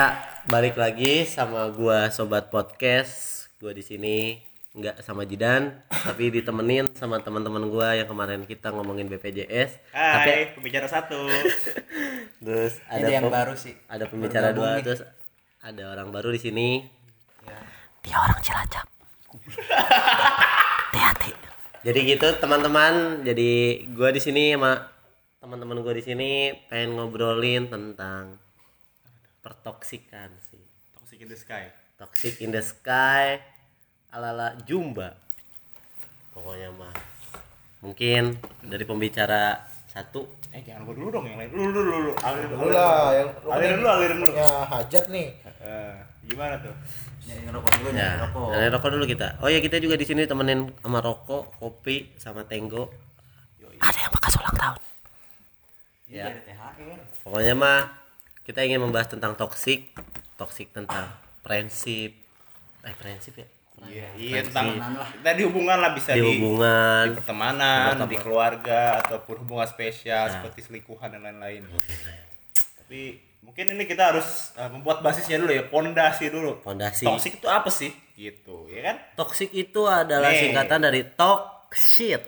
Balik lagi sama gua Sobat Podcast. Gua di sini nggak sama Jidan, tapi ditemenin sama teman-teman gua yang kemarin kita ngomongin BPJS. Hai, pembicara satu. Terus ada yang baru sih. Ada pembicara dua, terus ada orang baru di sini. Ya. Dia orang Cilacap. Hati-hati. Jadi gitu teman-teman. Jadi gua di sini sama teman-teman gua di sini pengen ngobrolin tentang pertoksikan sih. Toxic in the Sky. Toxic in the Sky ala-ala Jumba. Pokoknya mah. Mungkin dari pembicara satu. Jangan gua dulu dong, yang lain. Lu. Alirin dulu. Ya hajat nih. Gimana tuh? Nyari ngerokok dulu, Nyari rokok dulu kita. Oh ya, kita juga di sini temenin sama rokok, kopi, sama tenggo. Ada yang bekas ulang tahun. Ya. Pokoknya mah kita ingin membahas tentang toksik tentang prinsip ya. Iya tentang kita di hubungan lah, bisa di hubungan, di pertemanan, di keluarga ataupun hubungan spesial seperti selingkuhan dan lain-lain. Tapi mungkin ini kita harus membuat basisnya dulu ya, pondasi dulu. Toksik itu apa sih? Gitu, ya kan? Toksik itu adalah singkatan dari talk shit.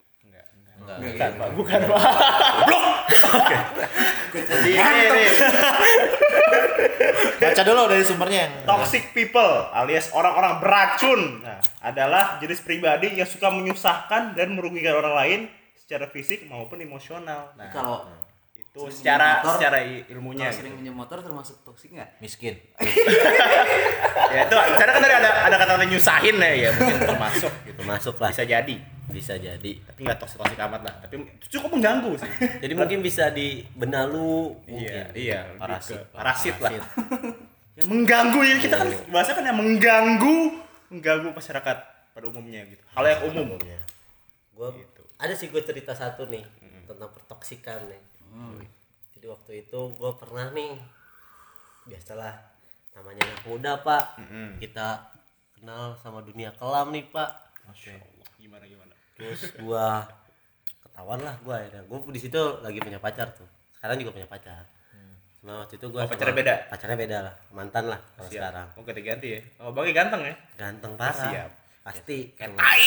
Bukan Pak. Blok. Oke. Jadi ini Baca dulu dari sumbernya. Toxic people alias orang-orang beracun adalah jenis pribadi yang suka menyusahkan dan merugikan orang lain secara fisik maupun emosional. Kalau itu secara ilmunya. Kalau sering minum motor termasuk toksik nggak? Miskin. Ya itu, cara kan ada kata nyusahin ya mungkin termasuk gitu. Masuk lah. Bisa jadi. Tapi nggak toksik amat lah. Tapi cukup mengganggu sih. Jadi mungkin bisa di benalu. Iya. Parasit lah. Yang mengganggu ya, kita kan bahasa kan yang mengganggu masyarakat pada umumnya gitu. Hal yang umum. Gua gitu. Ada sih gue cerita satu nih tentang pertoksikan nih. Jadi waktu itu gue pernah nih, biasalah namanya anak muda Pak, kita kenal sama dunia kelam nih Pak. Masya Allah. Gimana? Terus gue ketahuan lah gue akhirnya. Gue di situ lagi punya pacar tuh. Sekarang juga punya pacar. Nah waktu itu gue pacarnya beda lah, mantan lah kalau sekarang. Oh ganti-ganti ya. Oh Bang ganteng ya? Ganteng parah. Siap. Pasti. Kayak tai.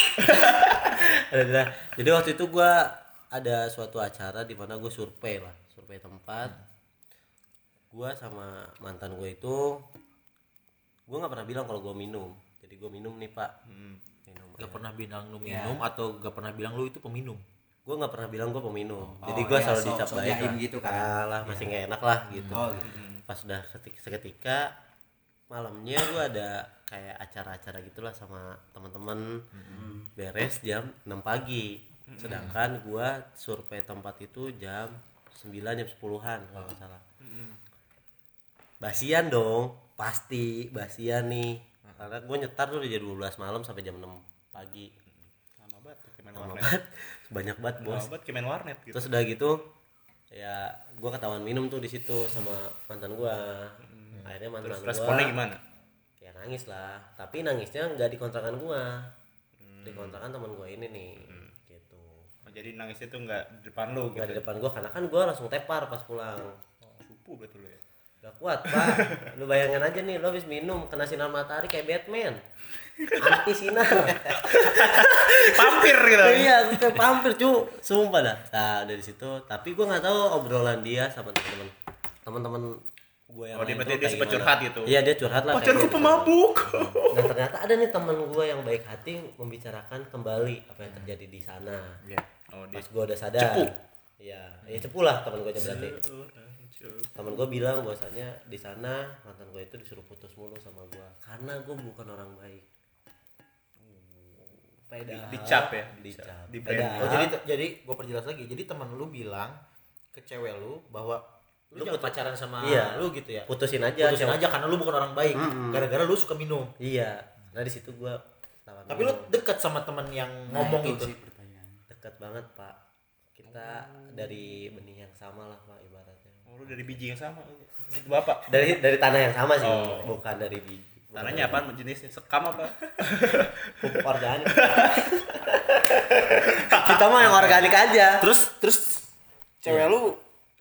Jadi waktu itu gue ada suatu acara di mana gue survei tempat. Gue sama mantan gue itu, gue nggak pernah bilang kalau gue minum. Jadi gue minum nih Pak. Gak pernah bilang lu minum atau gak pernah bilang lu itu peminum? Gue nggak pernah bilang gue peminum. Jadi gue selalu dicap baik lah. Gitu kan. Lah masih nggak enak lah gitu. Pas udah seketika malamnya gue ada kayak acara-acara gitulah sama teman-teman. Beres jam 6 pagi. Sedangkan gue survei tempat itu jam 9 jam 10-an kalau nggak salah. Basian dong, pasti basian nih. Karena gue nyetar tuh dari jam 12 malam sampai jam 6 pagi. Lama banget, banyak banget bos. Lama banget kemen warnet gitu. Terus udah gitu ya gue ketahuan minum tuh di situ sama mantan gue. Akhirnya mantan gue responnya gimana? Ya nangis lah, tapi nangisnya nggak di kontrakan gue, di kontrakan teman gue ini nih. Gitu. Oh, jadi nangisnya tuh nggak di depan lu? Nggak gitu. di depan gue karena kan gue langsung tepar pas pulang. Cupu betul ya. Gak kuat Pak. Lu bayangin aja nih, lu habis minum kena sinar matahari kayak Batman, anti sinar. Pampir gitu. Iya, kayak pampir cu, sumpah dah. Nah dari situ, tapi gue nggak tahu obrolan dia sama teman-teman gue yang dia lain berarti tuh dia sempat curhat gitu. Iya dia curhat lah. Pacar gue pemabuk. Nah ternyata ada nih teman gue yang baik hati membicarakan kembali apa yang terjadi di sana. Pas gue udah sadar. Cepu. Iya, cepu lah teman gue berarti. Temen gue bilang bahwasannya di sana mantan gue itu disuruh putus mulu sama gue karena gue bukan orang baik. Dicap ya, dicap. Jadi gue perjelas lagi. Jadi teman lu bilang ke cewek lu bahwa lu jangan pacaran sama lu gitu ya. Putusin aja karena lu bukan orang baik. Gara-gara lu suka minum. Iya. Nah di situ gue. Tapi lu dekat sama teman yang ngomong itu. Dekat banget Pak. Kita dari benih yang sama lah Pak ibaratnya. Lu dari biji yang sama. Bapak. Dari tanah yang sama sih, bukan dari biji. Tanahnya apaan jenisnya? Sekam apa? Pupuk organik. Kita mah yang organik aja. Terus cewek lu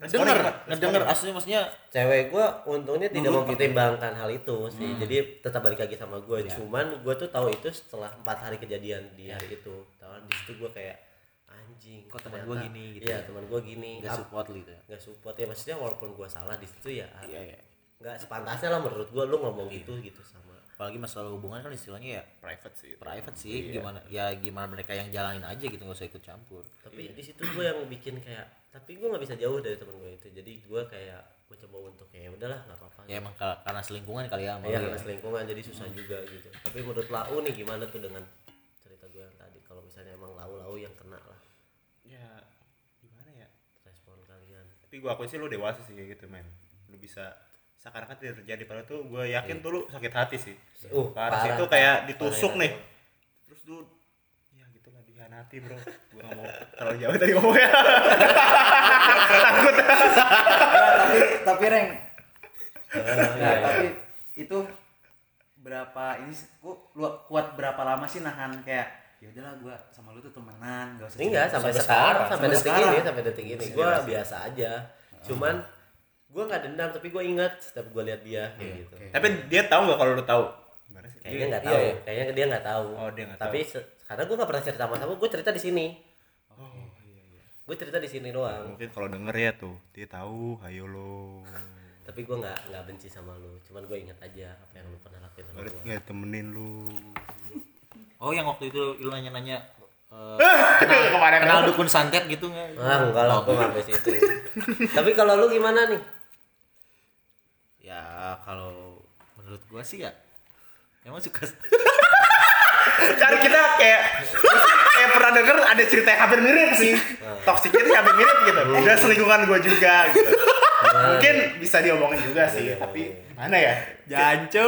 ngedenger aslinya maksudnya cewek gue untungnya tidak mempertimbangkan hal itu sih. Jadi tetap balik lagi sama gue. Cuman gue tuh tahu itu setelah 4 hari kejadian di hari itu. Tahu di situ gue kayak anjing. kok teman gue gini gitu. Iya, teman gue gini. Gak support gitu ya. Gak support ya, maksudnya walaupun gue salah di situ ya. Iya. Gak sepantasnya lah menurut gue lu ngomong gitu sama. Apalagi masalah hubungan kan istilahnya ya private sih. Gimana mereka yang jalanin aja gitu, nggak usah ikut campur. Tapi di situ gue yang bikin kayak, tapi gue nggak bisa jauh dari temen gue itu. Jadi gue kayak gue coba untuk kayak udahlah nggak apa-apa. Ya emang karena selingkungan kali ya. Iya, karena selingkungan jadi susah juga gitu. Tapi menurut Lau nih gimana tuh dengan cerita gue yang tadi? Kalau misalnya emang Lau yang kena lah. Ya gimana ya? Respon kalian. Tapi gue akuin sih lu dewasa sih kayak gitu men. Lu bisa sekarang kan tidak terjadi, padahal tuh gue yakin tuh lu sakit hati sih. Parah sih itu kayak ditusuk nih. Terus lu ya gitu lah dihianati bro. Gue gak mau terlalu jauh tadi ngomongnya. Takut. Tapi Reng. Tapi itu berapa ini lu kuat berapa lama sih nahan kayak ya udahlah gue sama lu tuh temenan, enggak usah. Enggak, sampai sekarang, sampai detik ini gue biasa aja. Cuman gue nggak dendam, tapi gue ingat setiap gue lihat dia kayak gitu. Tapi dia tahu nggak kalau lu tahu? Kayaknya nggak tahu. Kayaknya dia nggak tahu. Oh, dia nggak tahu. Tapi karena gue nggak pernah cerita sama gue cerita di sini. Gue cerita di sini doang. Mungkin kalau denger ya tuh dia tahu, ayo lo. Tapi gue nggak benci sama lu. Cuman gue ingat aja apa yang lu pernah lakuin sama gue. Nggak temenin lu. Oh yang waktu itu lu nanya-nanya kemarin kenal dukun santet gitu nggak? Enggak lah, gue nggak sampai situ. Tapi kalau lu gimana nih? Ya kalau menurut gua sih ya emang suka. Karena kita kayak pernah denger ada cerita yang hampir mirip sih. Toksiknya itu hampir mirip gitu. Dan selingkungan gue juga gitu. Mungkin bisa diomongin juga sih, tapi mana ya? Jancu.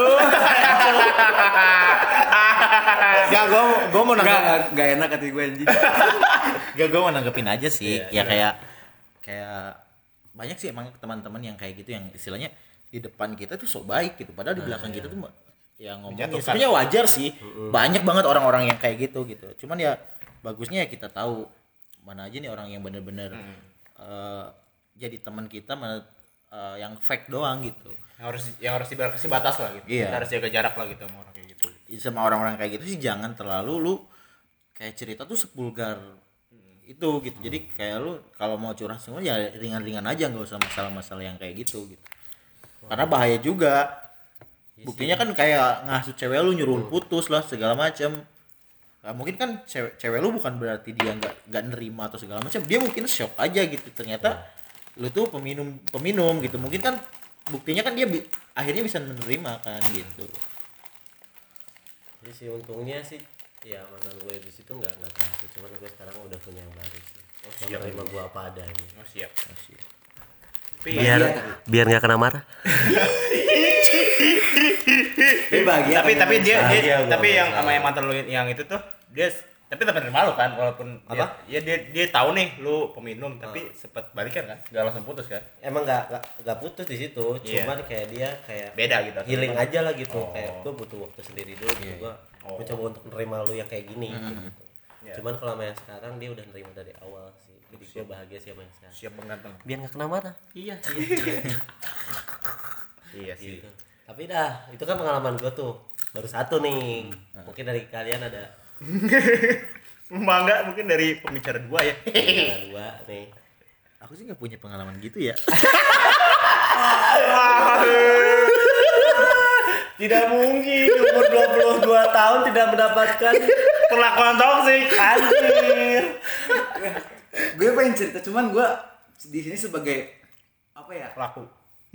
Gak, gue mau nanggep. Gak enak hati gue anjing. Gak, gue mau nanggepin aja sih. Ya kayak banyak sih emang teman-teman yang kayak gitu yang istilahnya di depan kita tuh sok baik gitu, padahal di belakang kita tuh yang ngomong sebenarnya wajar sih. Banyak banget orang-orang yang kayak gitu. Cuman ya bagusnya ya kita tahu mana aja nih orang yang benar-benar jadi teman kita, mana yang fake doang gitu. Yang harus dikasih batas lah gitu. Iya. Kita harus jaga jarak lah gitu sama orang kayak gitu. Sama orang-orang kayak gitu sih jangan terlalu lu kayak cerita tuh sepulgar itu gitu. Jadi kayak lu kalau mau curhat semua ya ringan-ringan aja, nggak usah masalah-masalah yang kayak gitu. Karena bahaya juga. Buktinya kan kayak ngasuh cewek lu, nyuruh putus lah segala macam. Nah, mungkin kan cewek lu bukan berarti dia nggak nerima atau segala macam. Dia mungkin shock aja gitu. Ternyata lu tuh peminum gitu. Mungkin kan buktinya kan dia akhirnya bisa menerima kan gitu. Jadi sih untungnya sih ya mantan gue di situ nggak kasih. Cuman gue sekarang udah punya yang baru sih. Yang terima gue apa adanya. Siap. Biar nggak kena marah. Tapi dia tapi yang sama yang mantan lu yang itu tuh dia tapi tetap nerima lu kan, walaupun dia tahu nih lu peminum, tapi sempet balikan kan, nggak langsung putus kan? Emang nggak putus di situ, cuman kayak dia kayak beda gitu, healing aja lah gitu. Kayak gue butuh waktu sendiri dulu gitu. Gue mencoba untuk menerima lu yang kayak gini gitu. Cuman kalau sama yang sekarang dia udah nerima dari awal sih. Jadi gue bahagia sih sama yang sekarang. Siap mengganteng. Biar nggak kena marah. Iya sih. Gitu. Tapi dah, itu kan pengalaman gue tuh baru satu nih. Mungkin dari kalian ada Bangga mungkin dari pembicara dua ya. Dua nih. Aku sih nggak punya pengalaman gitu ya. Tidak mungkin umur 22 tahun tidak mendapatkan perlakuan toksik. Anjir. Gue pengen cerita, cuman gue di sini sebagai apa ya? Pelaku.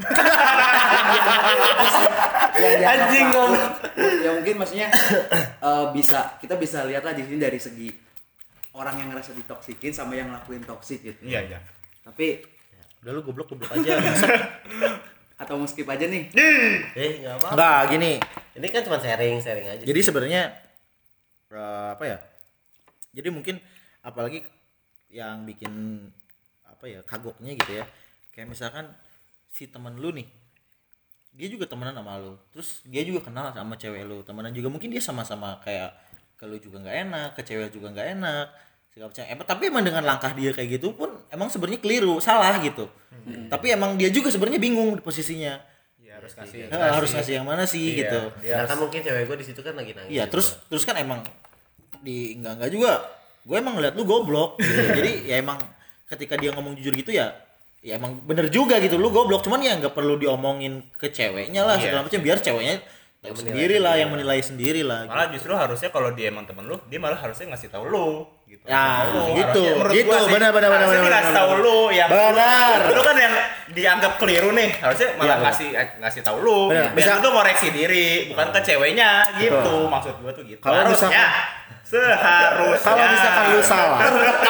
Anjing dong. Ya mungkin maksudnya kita bisa lihat lah di sini dari segi orang yang ngerasa ditoksikin sama yang lakuin toksik gitu. Iya. Tapi Udah lu goblok aja. atau mau skip aja nih? Enggak apa-apa. Enggak, gini. Ini kan cuma sharing aja. Jadi sebenarnya apa ya? Jadi mungkin apalagi yang bikin apa ya kagoknya gitu ya. Kayak misalkan si teman lu nih, dia juga temenan sama lu, terus dia juga kenal sama cewek lu, temenan juga, mungkin dia sama-sama kayak ke lu juga nggak enak, ke cewek juga nggak enak segala macam. Tapi emang dengan langkah dia kayak gitu pun emang sebenarnya keliru, salah gitu. Tapi emang dia juga sebenarnya bingung posisinya. Ya harus kasih. Harus ngasih yang mana sih Iya, gitu. Sedangkan mungkin cewek gue di situ kan lagi nangis. Iya, juga. terus kan emang di enggak juga gue emang ngeliat lu goblok gitu. Jadi ya emang ketika dia ngomong jujur gitu ya emang bener juga gitu, lu goblok, cuman ya nggak perlu diomongin ke ceweknya lah segala macam, biar ceweknya tahu sendiri lah, yang menilai sendiri lah. Malah justru harusnya kalau dia emang temen lu, dia malah harusnya ngasih tahu lu gitu. Ya, Lu gitu. harusnya, menurut Gitu, gua sih, benar. harusnya dikasih tahu lu yang Benar. Lu kan yang dianggap keliru nih, harusnya malah Iya, ngasih tahu lu. Benar. Biar lu tuh ngoreksi diri, bukan ke ceweknya gitu. Maksud gua tuh gitu. Kalau Harusnya seharusnya. Kalau misalkan lu salah.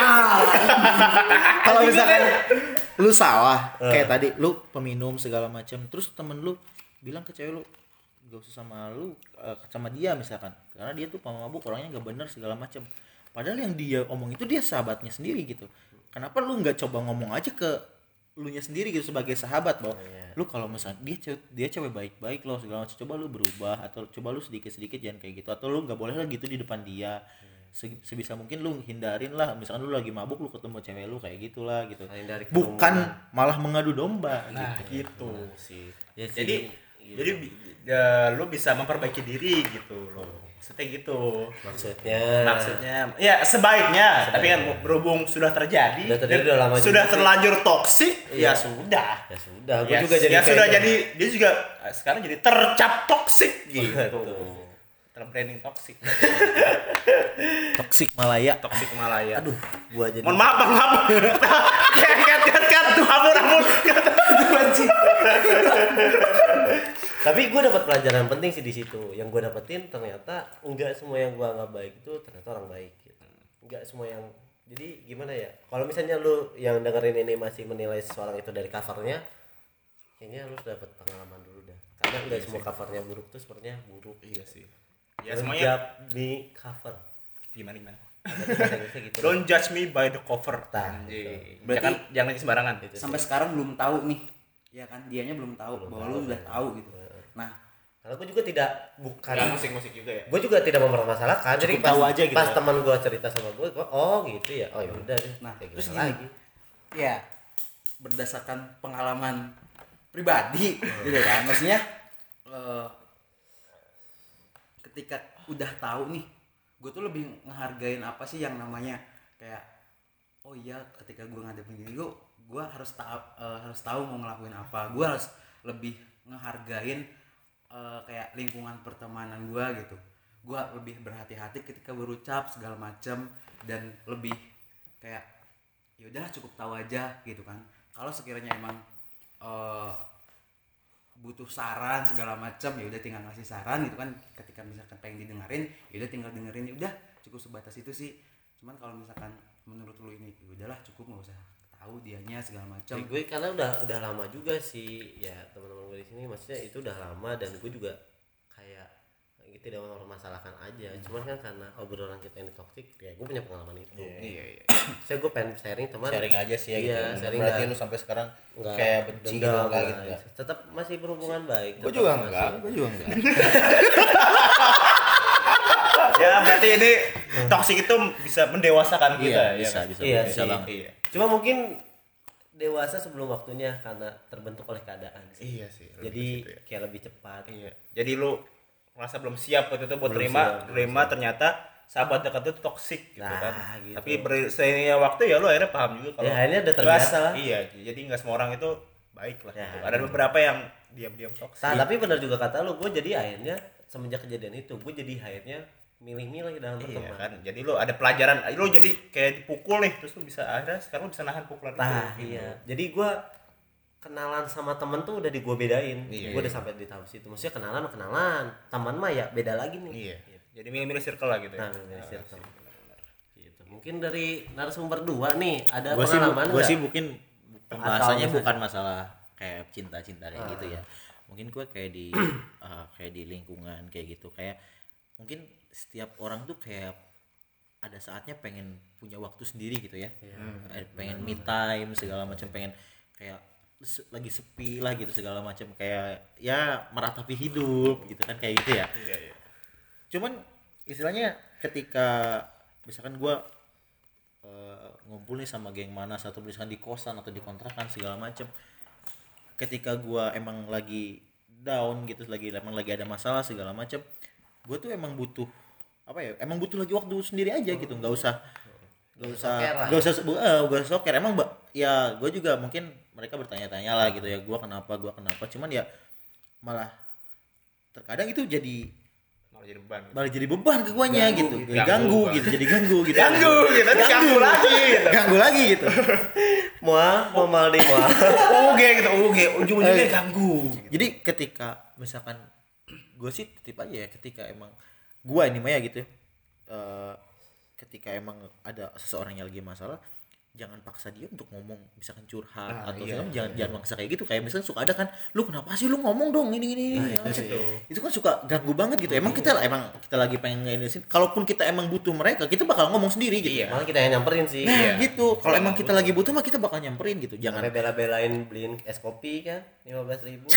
Kalau misalkan lu salah, kayak tadi lu peminum segala macam, terus temen lu bilang ke cewek lu gak usah sama lu, sama dia misalkan, karena dia tuh pemabuk, orangnya nggak bener segala macam. Padahal yang dia omong itu dia sahabatnya sendiri gitu. Kenapa lu nggak coba ngomong aja ke lu nya sendiri gitu sebagai sahabat, bahwa lu kalau misalnya dia cewek baik-baik loh segala macam, coba lu berubah, atau coba lu sedikit-sedikit jangan kayak gitu, atau lu nggak boleh lah gitu di depan dia. Sebisa mungkin lu hindarin lah, misalkan lu lagi mabuk lu ketemu cewek lu kayak gitulah gitu, bukan malah mengadu domba. Nah, gitu sih. Ya sih. Jadi lu bisa memperbaiki diri gitu loh. Maksudnya gitu. Maksudnya ya sebaiknya, tapi kan berhubung sudah terjadi udah lama sudah juga terlanjur toksik, Iya. ya sudah. Gue juga jadi sudah kayak jadi dia juga sekarang jadi tercap toksik gitu. Betul. Terbranding toksik. Toksik Malaya. Toksik Malaya. Aduh, gua jadi Mohon maaf Bang, maaf. Kat. Ampun. Tapi gue dapat pelajaran penting sih di situ. Yang gue dapetin ternyata enggak semua yang gue anggap baik itu ternyata orang baik gitu. Enggak semua yang, jadi gimana ya? Kalau misalnya lu yang dengerin ini masih menilai seseorang itu dari covernya, kayaknya lu dapat pengalaman dulu dah. Karena enggak semua covernya buruk tuh sepertinya buruk. Iya sih. Ya semuanya di cover. gimana? Gitu. Don't judge me by the cover. Gitu. Berarti jangan sembarangan. sampai sekarang belum tahu nih, ya kan, dianya belum tahu bahwa lu udah tahu gitu. Nah, Karena gue juga tidak bukan musik juga ya. gue juga tidak mempermasalahkan. Jadi Cukup tahu aja gitu pas ya. teman gue cerita sama gue, oh gitu ya, oh ya udah deh. Nah, Kayak terus gimana gini. lagi? Ya berdasarkan pengalaman pribadi gitu kan, maksudnya ketika udah tahu nih, gue tuh lebih ngehargain apa sih yang namanya kayak, oh iya ketika gue ngadepin gini gue harus tahu mau ngelakuin apa, gue harus lebih ngehargain kayak lingkungan pertemanan gue gitu. Gue lebih berhati-hati ketika berucap segala macam, dan lebih kayak ya udahlah cukup tahu aja gitu kan. Kalau sekiranya emang butuh saran segala macam, ya udah tinggal ngasih saran gitu kan. Ketika misalkan pengen didengerin, ya udah tinggal dengerin, ya udah cukup sebatas itu sih. Cuman kalau misalkan menurut lu ini, ya udahlah cukup, nggak usah tahu dianya segala macam. Gue karena udah lama juga sih ya, teman-teman gue di sini maksudnya itu udah lama, dan gue juga kayak tidak mempermasalahkan aja. Cuman kan karena obrolan kita ini toksik, ya gue punya pengalaman itu. Iya. Saya gue pengen sharing teman. Sharing aja sih ya gitu. Iya, sharing. Berarti dan lu sampai sekarang enggak kayak benci gitu dendam, enggak gitu enggak? tetap masih berhubungan baik. Gue juga enggak. Ya berarti ini toksik itu bisa mendewasakan kita. Iya, ya bisa. Iya Bisa sih. bang. Iya. Cuma mungkin dewasa sebelum waktunya karena terbentuk oleh keadaan sih. Iya sih. Jadi kayak lebih cepat. Iya. Jadi lu merasa belum siap waktu itu buat Belum terima ternyata sahabat dekat itu toksik gitu Nah, kan. gitu. Tapi seiringnya waktu ya lu akhirnya paham juga kalau Ya, akhirnya udah terbiasa lah. Iya, jadi nggak semua orang itu baik lah. Ya, gitu. Ada beberapa yang diam-diam toksik. Nah, tapi benar juga kata lu, gue jadi akhirnya semenjak kejadian itu, gue jadi akhirnya milih-milih dalam Iya berteman. kan. Jadi lu ada pelajaran, lu jadi kayak dipukul nih, terus lu bisa akhirnya sekarang lu bisa nahan pukulan Nah, itu. iya. Jadi gue kenalan sama temen tuh udah gue bedain. Iya, Gue udah sampai di tahap situ. Maksudnya kenalan mah kenalan, teman mah ya beda lagi nih. Iya. Jadi milih-milih circle lah gitu ya. Nah, milih circle. Gitu. Mungkin dari narasumber 2 nih ada Gue pengalaman gue nggak? sih mungkin pembahasannya misalnya- bukan masalah kayak cinta-cinta kayak gitu ya. Mungkin gue kayak di kayak di lingkungan kayak gitu, kayak mungkin setiap orang tuh kayak ada saatnya pengen punya waktu sendiri gitu ya. Pengen me time segala macam, pengen kayak lagi sepi lah gitu segala macam, kayak ya meratapi hidup gitu kan, kayak gitu ya. Iya. Cuman istilahnya ketika misalkan gue ngumpul nih sama geng mana, satu misalkan di kosan atau di kontrakan segala macem. Ketika gua emang lagi down gitu, emang lagi ada masalah segala macem, gua tuh emang butuh emang butuh lagi waktu sendiri aja gitu, nggak usah soker. Emang ya gue juga mungkin mereka bertanya-tanya lah gitu ya, gue kenapa, cuman ya malah terkadang itu malah jadi beban ke guanya gitu, ganggu gitu. Ganggu lagi gitu. mau mal di mau ujung-ujungnya ganggu. Jadi ketika misalkan gue sih titip aja ya, ketika emang gue ini Maya gitu ya, ketika emang ada seseorang yang lagi masalah, jangan paksa dia untuk ngomong, misalkan curhat atau jangan maksa kayak gitu. Kayak misalkan suka ada kan, lu kenapa sih lu ngomong dong ini. Itu kan suka ganggu banget gitu. Emang kita lagi pengen ngeliatin, kalaupun kita emang butuh mereka, kita bakal ngomong sendiri gitu. Malah kita yang nyamperin sih. Gitu. Kalau emang kita lagi butuh mah kita bakal nyamperin gitu. Jangan bela-belain beliin es kopi kan 15.000.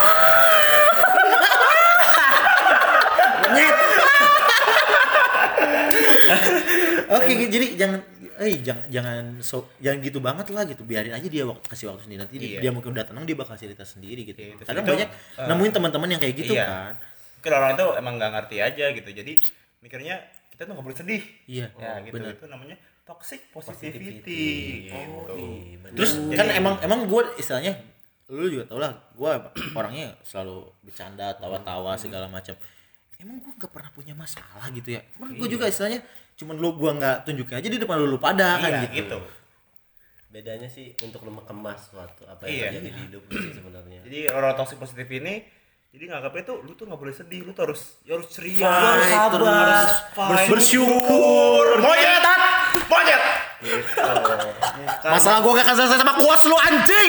Oke, jadi jangan gitu banget lah gitu. Biarin aja dia kasih waktu sendiri, nanti dia mungkin udah tenang, dia bakal cerita sendiri gitu. Karena banyak nemuin teman-teman yang kayak gitu kan. Mungkin orang itu emang nggak ngerti aja gitu. Jadi mikirnya kita tuh nggak boleh sedih. Iya. Ya gitu. Bener. Itu namanya toxic positivity. Terus kan emang gue istilahnya, lu juga tau lah, gue orangnya selalu bercanda, tawa-tawa segala macam. Emang gue nggak pernah punya masalah gitu ya. Gue juga istilahnya cuman gue nggak tunjukin aja di depan lu pada kan gitu. Bedanya sih untuk lu mengemas suatu apa yang terjadi di hidup lu sih sebenarnya. Jadi orang toxic positif ini jadi nganggapnya tuh lu tuh nggak boleh sedih, lu tuh harus ceria, harus sabar, bersyukur. Monyet. Masalah gue gak akan selesai sama kuas lu anjing.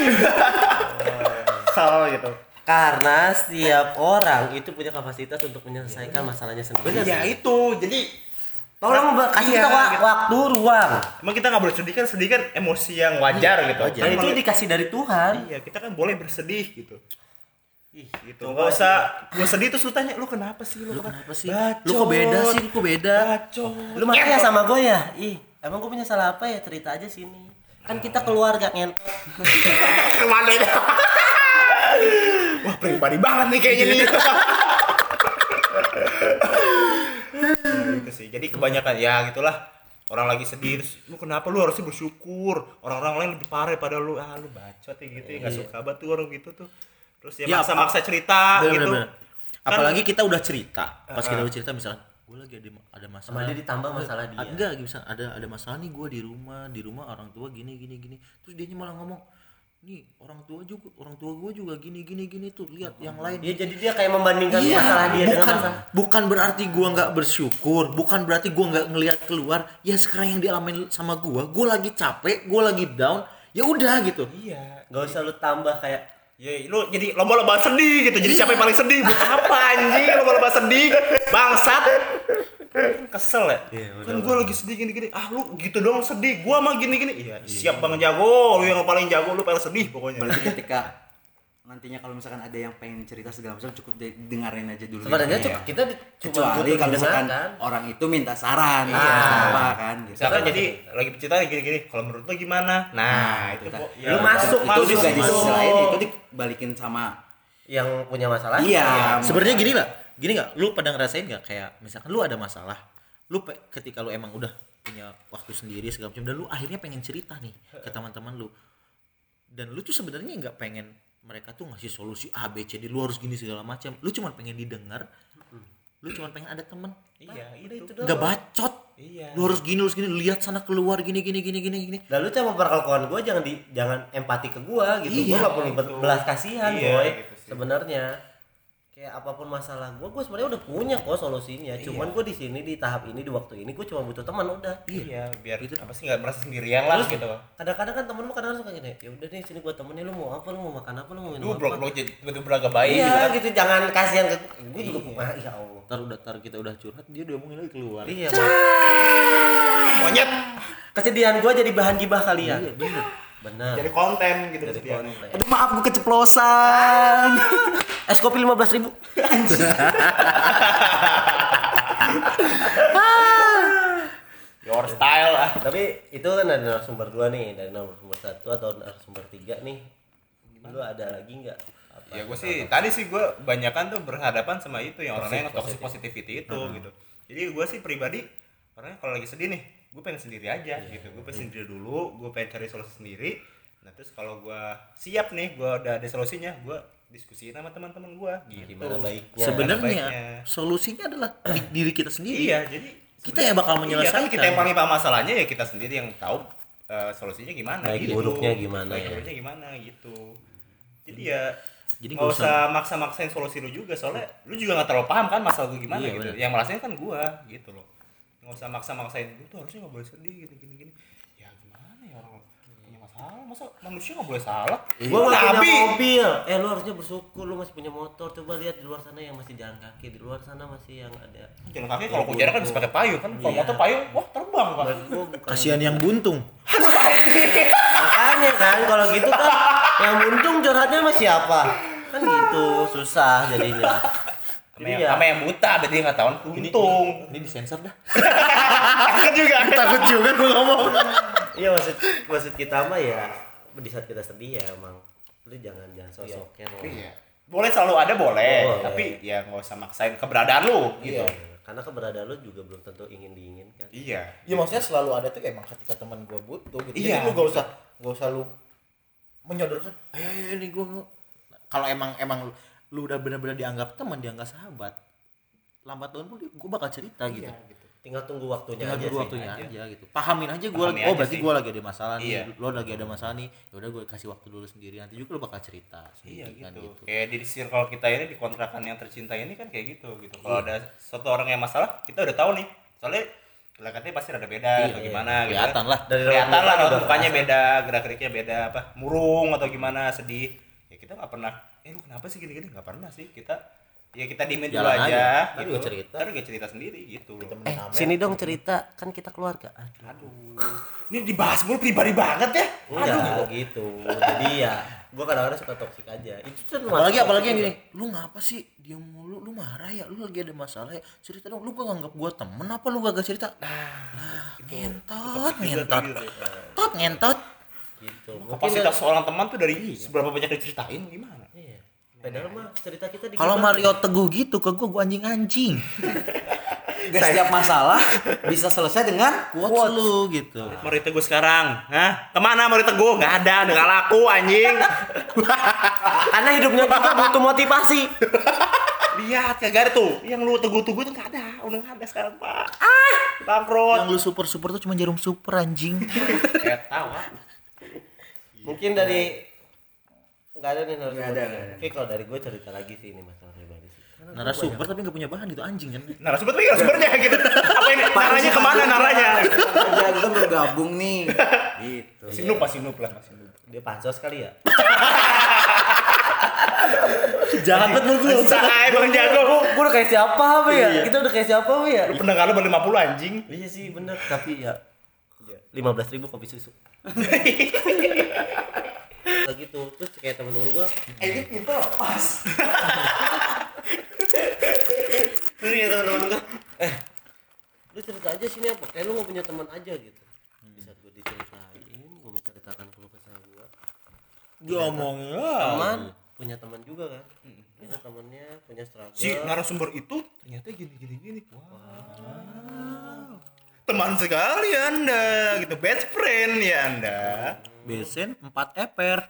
Salah gitu. Karena setiap orang itu punya kapasitas untuk menyelesaikan masalahnya sendiri. Benar ya itu. Jadi tolong kasih kita waktu, ruang. Emang kita nggak boleh sedih kan emosi yang wajar gitu. Dan itu dikasih dari Tuhan. Iya, kita kan boleh bersedih gitu. Gitu. Enggak usah gua sedih terus lu tanya, lu kenapa sih? Lu kok beda sih? Lu makanya sama gue ya. Emang gue punya salah apa ya? Cerita aja sini. Kan kita keluarga ngentot. Kemana ini? Wah, pribadi banget nih kayaknya nih. Gitu sih. Jadi kebanyakan ya gitulah. Orang lagi sedih terus, lu kenapa, lu harusnya bersyukur. Orang-orang lain lebih parah pada lu. Lu bacot ya gitu. Enggak suka banget tuh orang gitu tuh. Terus ya maksa-maksa cerita gitu. Bener. Apalagi kita udah cerita. Pas kita udah cerita misalkan, gue lagi ada masalah. Sama dia ditambah masalah dia. Enggak, bisa ada masalah nih gue di rumah orang tua gini. Terus dia malah ngomong, nih orang tua gue juga gini tuh, lihat yang lain. Dia jadi dia kayak membandingkan masalah dia dengan masalah. Bukan berarti gue nggak bersyukur, bukan berarti gue nggak ngelihat keluar. Ya sekarang yang dialamin sama gue lagi capek, gue lagi down. Ya udah gitu. Iya. Nggak usah lu tambah kayak ya lu jadi lomba-lomba sedih gitu. Jadi siapa yang paling sedih? Buat apa anjing lomba-lomba sedih? Bangsat. Kesel ya? Kan gue lagi sedih gini-gini. Lu gitu doang sedih. Gua mah gini-gini. Iya, siap Bang jago. Lu yang paling jago, lu paling sedih pokoknya. Berarti ketika nantinya kalau misalkan ada yang pengen cerita segala macam, cukup dengerin aja dulu. sebenarnya kita kecuali kalau misalkan orang itu minta saran apa kan gitu. Misalkan jadi lagi cerita gini-gini, kalau menurut lu gimana? Nah, itu lu masuk itu juga di sisi lain itu dibalikin sama yang punya masalah. Iya. Sebenarnya gini nggak, lu pada ngerasain nggak kayak misalkan lu ada masalah, lu ketika lu emang udah punya waktu sendiri segala macam dan lu akhirnya pengen cerita nih ke teman-teman lu, dan lu tuh sebenarnya nggak pengen mereka tuh ngasih solusi A B C D, lu harus gini segala macam, lu cuma pengen didengar, lu cuma pengen ada teman. Iya, itu nggak bacot. Iya. Lu harus gini, lihat sana keluar gini. Lalu coba berkelakuan gue jangan empati ke gue gitu. Gue nggak perlu belas kasihan boy. Gitu sebenarnya kayak apapun masalah gue sebenarnya udah punya kok solusinya. Cuman gue di sini di tahap ini di waktu ini gue cuma butuh teman udah. Iya, biar itu apa sih nggak merasa sendirian lah gitu. Kadang-kadang kan temen lu kadang suka gini, ya udah deh sini gue temenin, lu mau apa, lu mau makan apa, lu mau minum apa. Lu jadi beragam baik. Iya gitu, jangan kasihan ke gue juga. Ya Allah. Ntar kita udah curhat dia udah ngomongin lagi keluar. Iya. Monyet. Kesedihan gue jadi bahan gibah kalian. Iya bener. Jadi konten gitu kesedihan. Aduh maaf gue keceplosan. Es kopi 15.000. Your style lah. Tapi itu kan dari narasumber 2 nih, dari narasumber 1 atau narasumber 3 nih. Lu ada lagi enggak? Ya gue sih tadi sih gue banyakan tuh berhadapan sama itu yang orangnya yang toxic positivity itu gitu. Jadi gue sih pribadi orangnya kalau lagi sedih nih, gue pengen sendiri aja gitu. Gue pengen sendiri dulu, gue pengen cari solusi sendiri. Nah terus kalau gue siap nih, gue udah ada solusinya, gue diskusiin sama teman-teman gue gitu. Gimana baiknya? Sebenarnya solusinya adalah di diri kita sendiri. Iya, jadi kita yang bakal menyelesaikan. Iya, kan kita yang paling paham masalahnya ya kita sendiri yang tahu solusinya gimana. Baik gitu. buruknya gimana Baik ya. buruknya gimana gitu. Jadi ya Jadi nggak usah maksa-maksain solusi lu juga, soalnya lu juga nggak terlalu paham kan masalah gue gimana gitu. Bener. Yang merasain kan gue gitu loh. Nggak usah maksa-maksain lu tuh harusnya nggak boleh sedih gini. Ya gimana ya orang punya masalah, masa manusia nggak boleh salah? Gua nggak punya mobil. Lu harusnya bersyukur lu masih punya motor. Coba lihat di luar sana yang masih jalan kaki, di luar sana masih yang ada. Jalan kaki kalau hujan kan bisa pakai payung kan, kalau motor payung wah terbang kan. Kasihan yang buntung. Makanya kan kalau gitu kan yang untung curhatnya sama siapa? Kan gitu, susah jadinya. Sama yang buta berarti nggak tahu untung. Ini disensor dah. Takut juga gue ngomong. Iya maksud kita mah ya di saat kita sedih ya emang lu jangan sosoknya loh. Iya. Boleh selalu ada boleh, Boleh. tapi ya nggak usah maksain keberadaan lu gitu. Karena keberadaan lu juga belum tentu diinginkan. Iya. Ya maksudnya selalu ada tuh emang ketika teman gue butuh gitu. Iya. Jadi lu gak usah lu menyodorkan. Ayo ini gue. Kalau emang lu udah benar-benar dianggap teman, dianggap sahabat, lambat laun pun gue bakal cerita gitu. Tinggal tunggu waktunya Tinggal aja tunggu sih. waktunya aja gitu. Pahamin aja gue. Pahamin Oh aja berarti sih. gue lagi ada masalah nih. Iya. Lo lagi ada masalah nih. Ya udah gue kasih waktu dulu sendiri. Nanti juga lo bakal cerita. Iya sendiri kan, gitu. Kayak di circle kita ini di kontrakan yang tercinta ini kan kayak gitu. Kalau ada suatu orang yang masalah, kita udah tahu nih. Soalnya kelihatannya pasti rada beda atau gimana gitu. Kelihatan lah. Dari Kelihatan lah juga mukanya beda, gerak-geriknya beda, apa murung atau gimana, sedih. Ya kita nggak pernah. Lu kenapa sih gini-gini? Nggak pernah sih kita. Ya kita diemin dulu Jalan aja. Ntar Gitu. juga cerita. Ntar juga cerita sendiri gitu. Sini dong cerita, kan kita keluarga. Aduh. Ini dibahas mulu pribadi banget ya. Enggak gitu. Jadi ya gua kadang-kadang suka toksik aja. Itu tuh Apalagi yang gini, lu ngapa sih diam mulu, lu marah ya, lu lagi ada masalah ya, cerita dong, lu gak nganggap gua temen apa lu gak cerita? Ngentot. gitu. Kapasitas seorang teman tuh dari seberapa banyak diceritain gimana? Iya. Padahal mah cerita kita di Kalau Mario Teguh gitu ke gua anjing-anjing. Gak setiap masalah bisa selesai dengan Quotes lu gitu. Mari Teguh sekarang, hah? Kemana Mari Teguh? Nggak ada, nggak laku anjing. karena hidupnya juga butuh motivasi. Lihat kagak ada tuh, yang lu Teguh itu nggak ada, udah nggak ada sekarang pak. Bangkrut. Yang lu super tuh cuma jarum super anjing. Kayak tahu. Mungkin dari nggak ada nih narasumber. Nggak ada. Oke, kalau dari gue cerita lagi sih ini masalah pribadi sih. Narasumber tapi gak punya bahan gitu anjing kan. Narasumber tapi narasumbernya gitu. Apa ini? Naranya kemana naranya? Aja kita bergabung nih. Gitu. Sinup lah. Dia pansos kali ya. Jahat banget menurut lu. Sahai Bang Jago. Gue udah kayak siapa apa ya? Kita udah kayak siapa apa ya? Lu pendengar lu baru 50 anjing. Iya sih bener, tapi ya 15.000 kopi susu. Gitu. Terus kayak temen-temen gue Ini pintu lepas. terus kayak temen-temen gue lu cerita aja sini apa? Kayak lu gak punya teman aja gitu. Di saat gue diceritain, gue menceritakan keluh kesah gue. Diomongin Teman punya teman juga kan? Punya temennya, punya struggle. Si narasumber itu ternyata gini. Wow. Teman sekali Anda, gitu, best friend ya Anda. Besen 4 eper.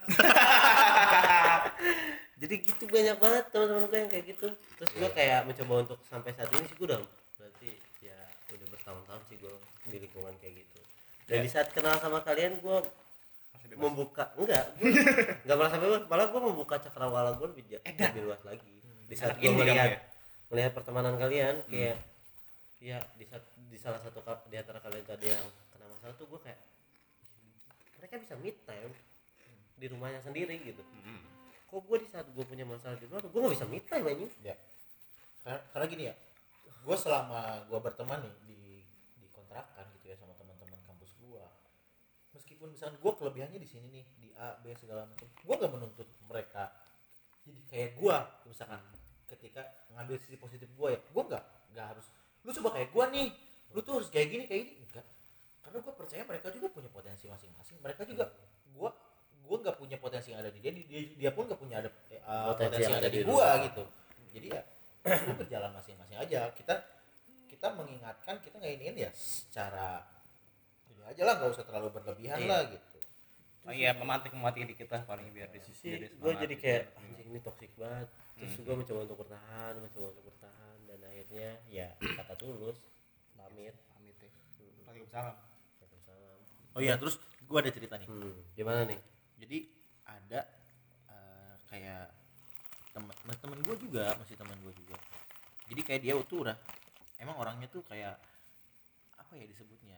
Jadi gitu banyak banget teman-teman gue yang kayak gitu. Terus gue kayak mencoba untuk sampai saat ini sih gue udah berarti ya udah bertahun-tahun sih gue di lingkungan kayak gitu. Dan di saat kenal sama kalian gue membuka gue nggak merasa bebas, malah gue membuka cakrawala gue lebih luas lagi. Di saat gue melihat pertemanan kalian kayak ya di salah satu di antara kalian ada yang kena masalah tuh gue kayak mereka bisa meet time di rumahnya sendiri gitu. Kok gue di saat gue punya masalah di luar gue gak bisa meet time aja Ya. Karena gini ya, gue selama gue berteman nih di kontrakan gitu ya sama teman-teman kampus gue, meskipun misalnya gue kelebihannya di sini nih di A B segala macam, gue gak menuntut mereka jadi kayak gue misalkan ketika ngambil sisi positif gue ya, gue nggak harus lu coba kayak gue nih, lu tuh harus kayak gini enggak. karena gue percaya mereka juga punya potensi masing-masing. Mereka juga gue nggak punya potensi yang ada di dia pun nggak punya potensi yang ada di gue gitu. Jadi ya lu berjalan masing-masing aja. Kita mengingatkan, kita nggak iniin ya secara ini aja lah, nggak usah terlalu berlebihan lah gitu. Oh iya, memantik dikit lah paling biar di sisi gue jadi kayak anjing ini toksik banget. Terus gue mencoba untuk bertahan dan akhirnya ya kata tulus pamit ya. Waalaikumsalam. Oh iya, terus gue ada cerita nih. Gimana nih? Jadi ada kayak temen gue juga, masih teman gue juga. Jadi kayak dia tuh udah emang orangnya tuh kayak apa ya disebutnya,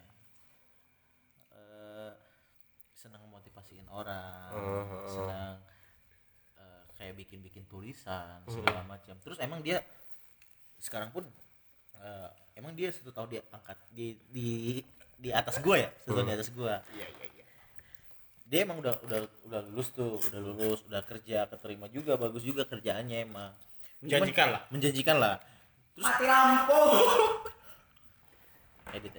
senang memotivasiin orang, senang kayak bikin tulisan segala macam. Terus emang dia sekarang pun emang dia satu tahun dia angkat di atas gue ya, satu tahun di atas gue. Iya. Dia emang udah lulus tuh, udah kerja, keterima juga, bagus juga kerjaannya emang. Menjanjikan lah. Terus Mati lampu. edit.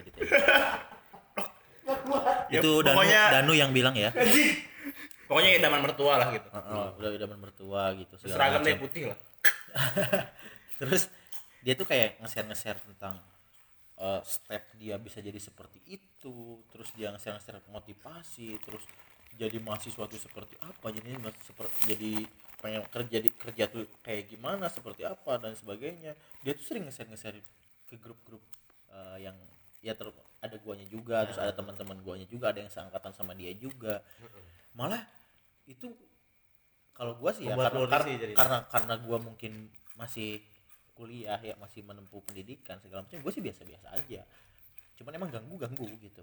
Ya, Itu Danu yang bilang ya. Pokoknya idaman mertua lah gitu. Udah idaman mertua gitu. Seragam dia putih lah. Terus dia tuh kayak nge-share tentang step dia bisa jadi seperti itu. Terus dia nge-share motivasi. Terus jadi mahasiswa tuh seperti apa. Jadi pengen kerja tuh kayak gimana, seperti apa dan sebagainya. Dia tuh sering nge-share ke grup-grup yang ya ada guanya juga, terus ada teman-teman guanya juga, ada yang seangkatan sama dia juga. Malah itu kalau gua sih ya karena gua mungkin masih kuliah ya, masih menempuh pendidikan segala macam, gua sih biasa-biasa aja. Cuman emang ganggu gitu.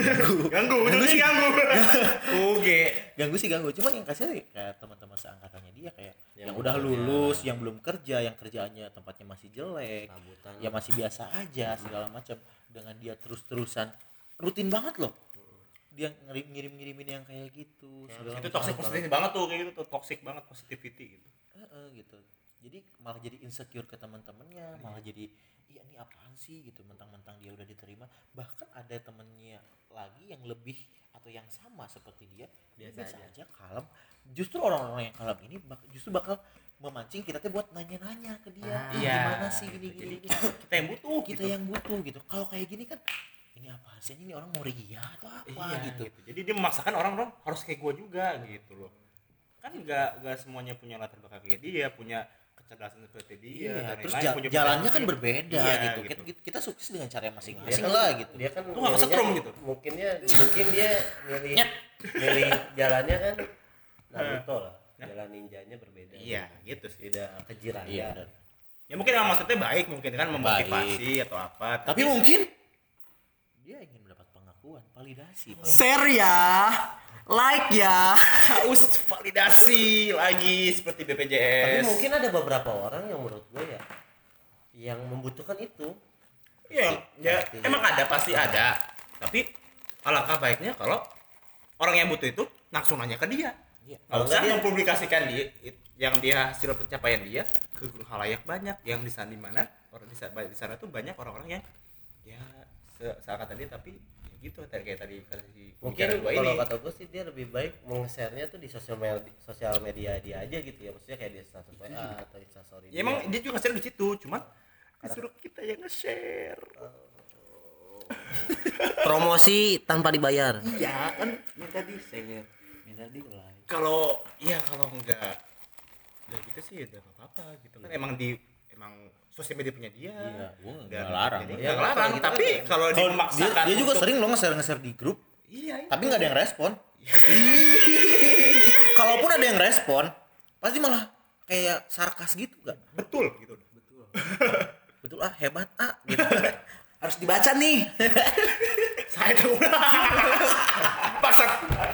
Ganggu sih. Cuman yang kasih kayak teman-teman seangkatannya dia kayak yang udah lulus, yang belum kerja, yang kerjaannya tempatnya masih jelek, ya masih biasa aja segala macam. Dengan dia terus-terusan rutin banget loh. Dia ngirim-ngirimin yang kayak gitu. Itu toxic positif banget tuh, kayak gitu tuh, toxic banget positivity gitu. Gitu. Jadi malah jadi insecure ke teman-temannya, malah jadi iya ini apaan sih gitu, mentang-mentang dia udah diterima. Bahkan ada temennya lagi yang lebih atau yang sama seperti dia, biasa aja kalem. Justru orang-orang yang kalem ini justru bakal memancing kita tuh buat nanya-nanya ke dia, gimana sih gini. Kita yang butuh gitu. Kalau kayak gini kan ini apaan sih, ini orang mau ria atau apa gitu. Jadi dia memaksakan orang harus kayak gua juga gitu loh. Kan enggak semuanya punya latar belakang kayak dia, punya kecerdasan seperti dia, terus jalannya kan berbeda gitu. Kita sukses dengan cara masing-masing lah gitu. Dia kan nggak kesetrum gitu. Mungkin dia milih jalannya kan Naruto lah. Jalan ninjanya berbeda. Iya, gitu sih. Beda kejiran. Iya. Ya mungkin maksudnya baik, mungkin kan memotivasi atau apa. Tapi mungkin dia ingin mendapat pengakuan, validasi. Share ya. Like ya. Haus validasi lagi seperti BPJS. Tapi mungkin ada beberapa orang yang menurut gue ya yang membutuhkan itu. Ya emang pasti ada. Tapi alangkah baiknya kalau orang yang butuh itu langsung nanya ke dia. Kalau usah mempublikasikan yang dia hasil pencapaian dia ke khalayak banyak, yang di sana dimana orang di sana tuh banyak orang-orang yang ya seangkatan dia, tapi ya gitu kayak tadi si mungkin kalau kata gue sih dia lebih baik nge-share-nya tuh di sosial media dia aja gitu ya, maksudnya kayak di status WA atau Instastory. Ya emang dia juga nge-share di situ, cuman disuruh kita yang nge-share. Promosi tanpa dibayar. Iya kan, minta di-share, minta di-like. Kalau enggak gitu sih udah enggak apa-apa gitu kan. Emang sosial media punya dia. Iya, gua enggak larang. Enggak larang, gitu tapi kan, kalau dimaksakan dia juga sering loh nge-share di grup. Iya. Tapi enggak ada yang respon. Kalaupun ada yang respon, pasti malah kayak sarkas gitu enggak? Betul gitu. Betul hebat gitu. Harus dibaca nih. Saya tahu. Paksa.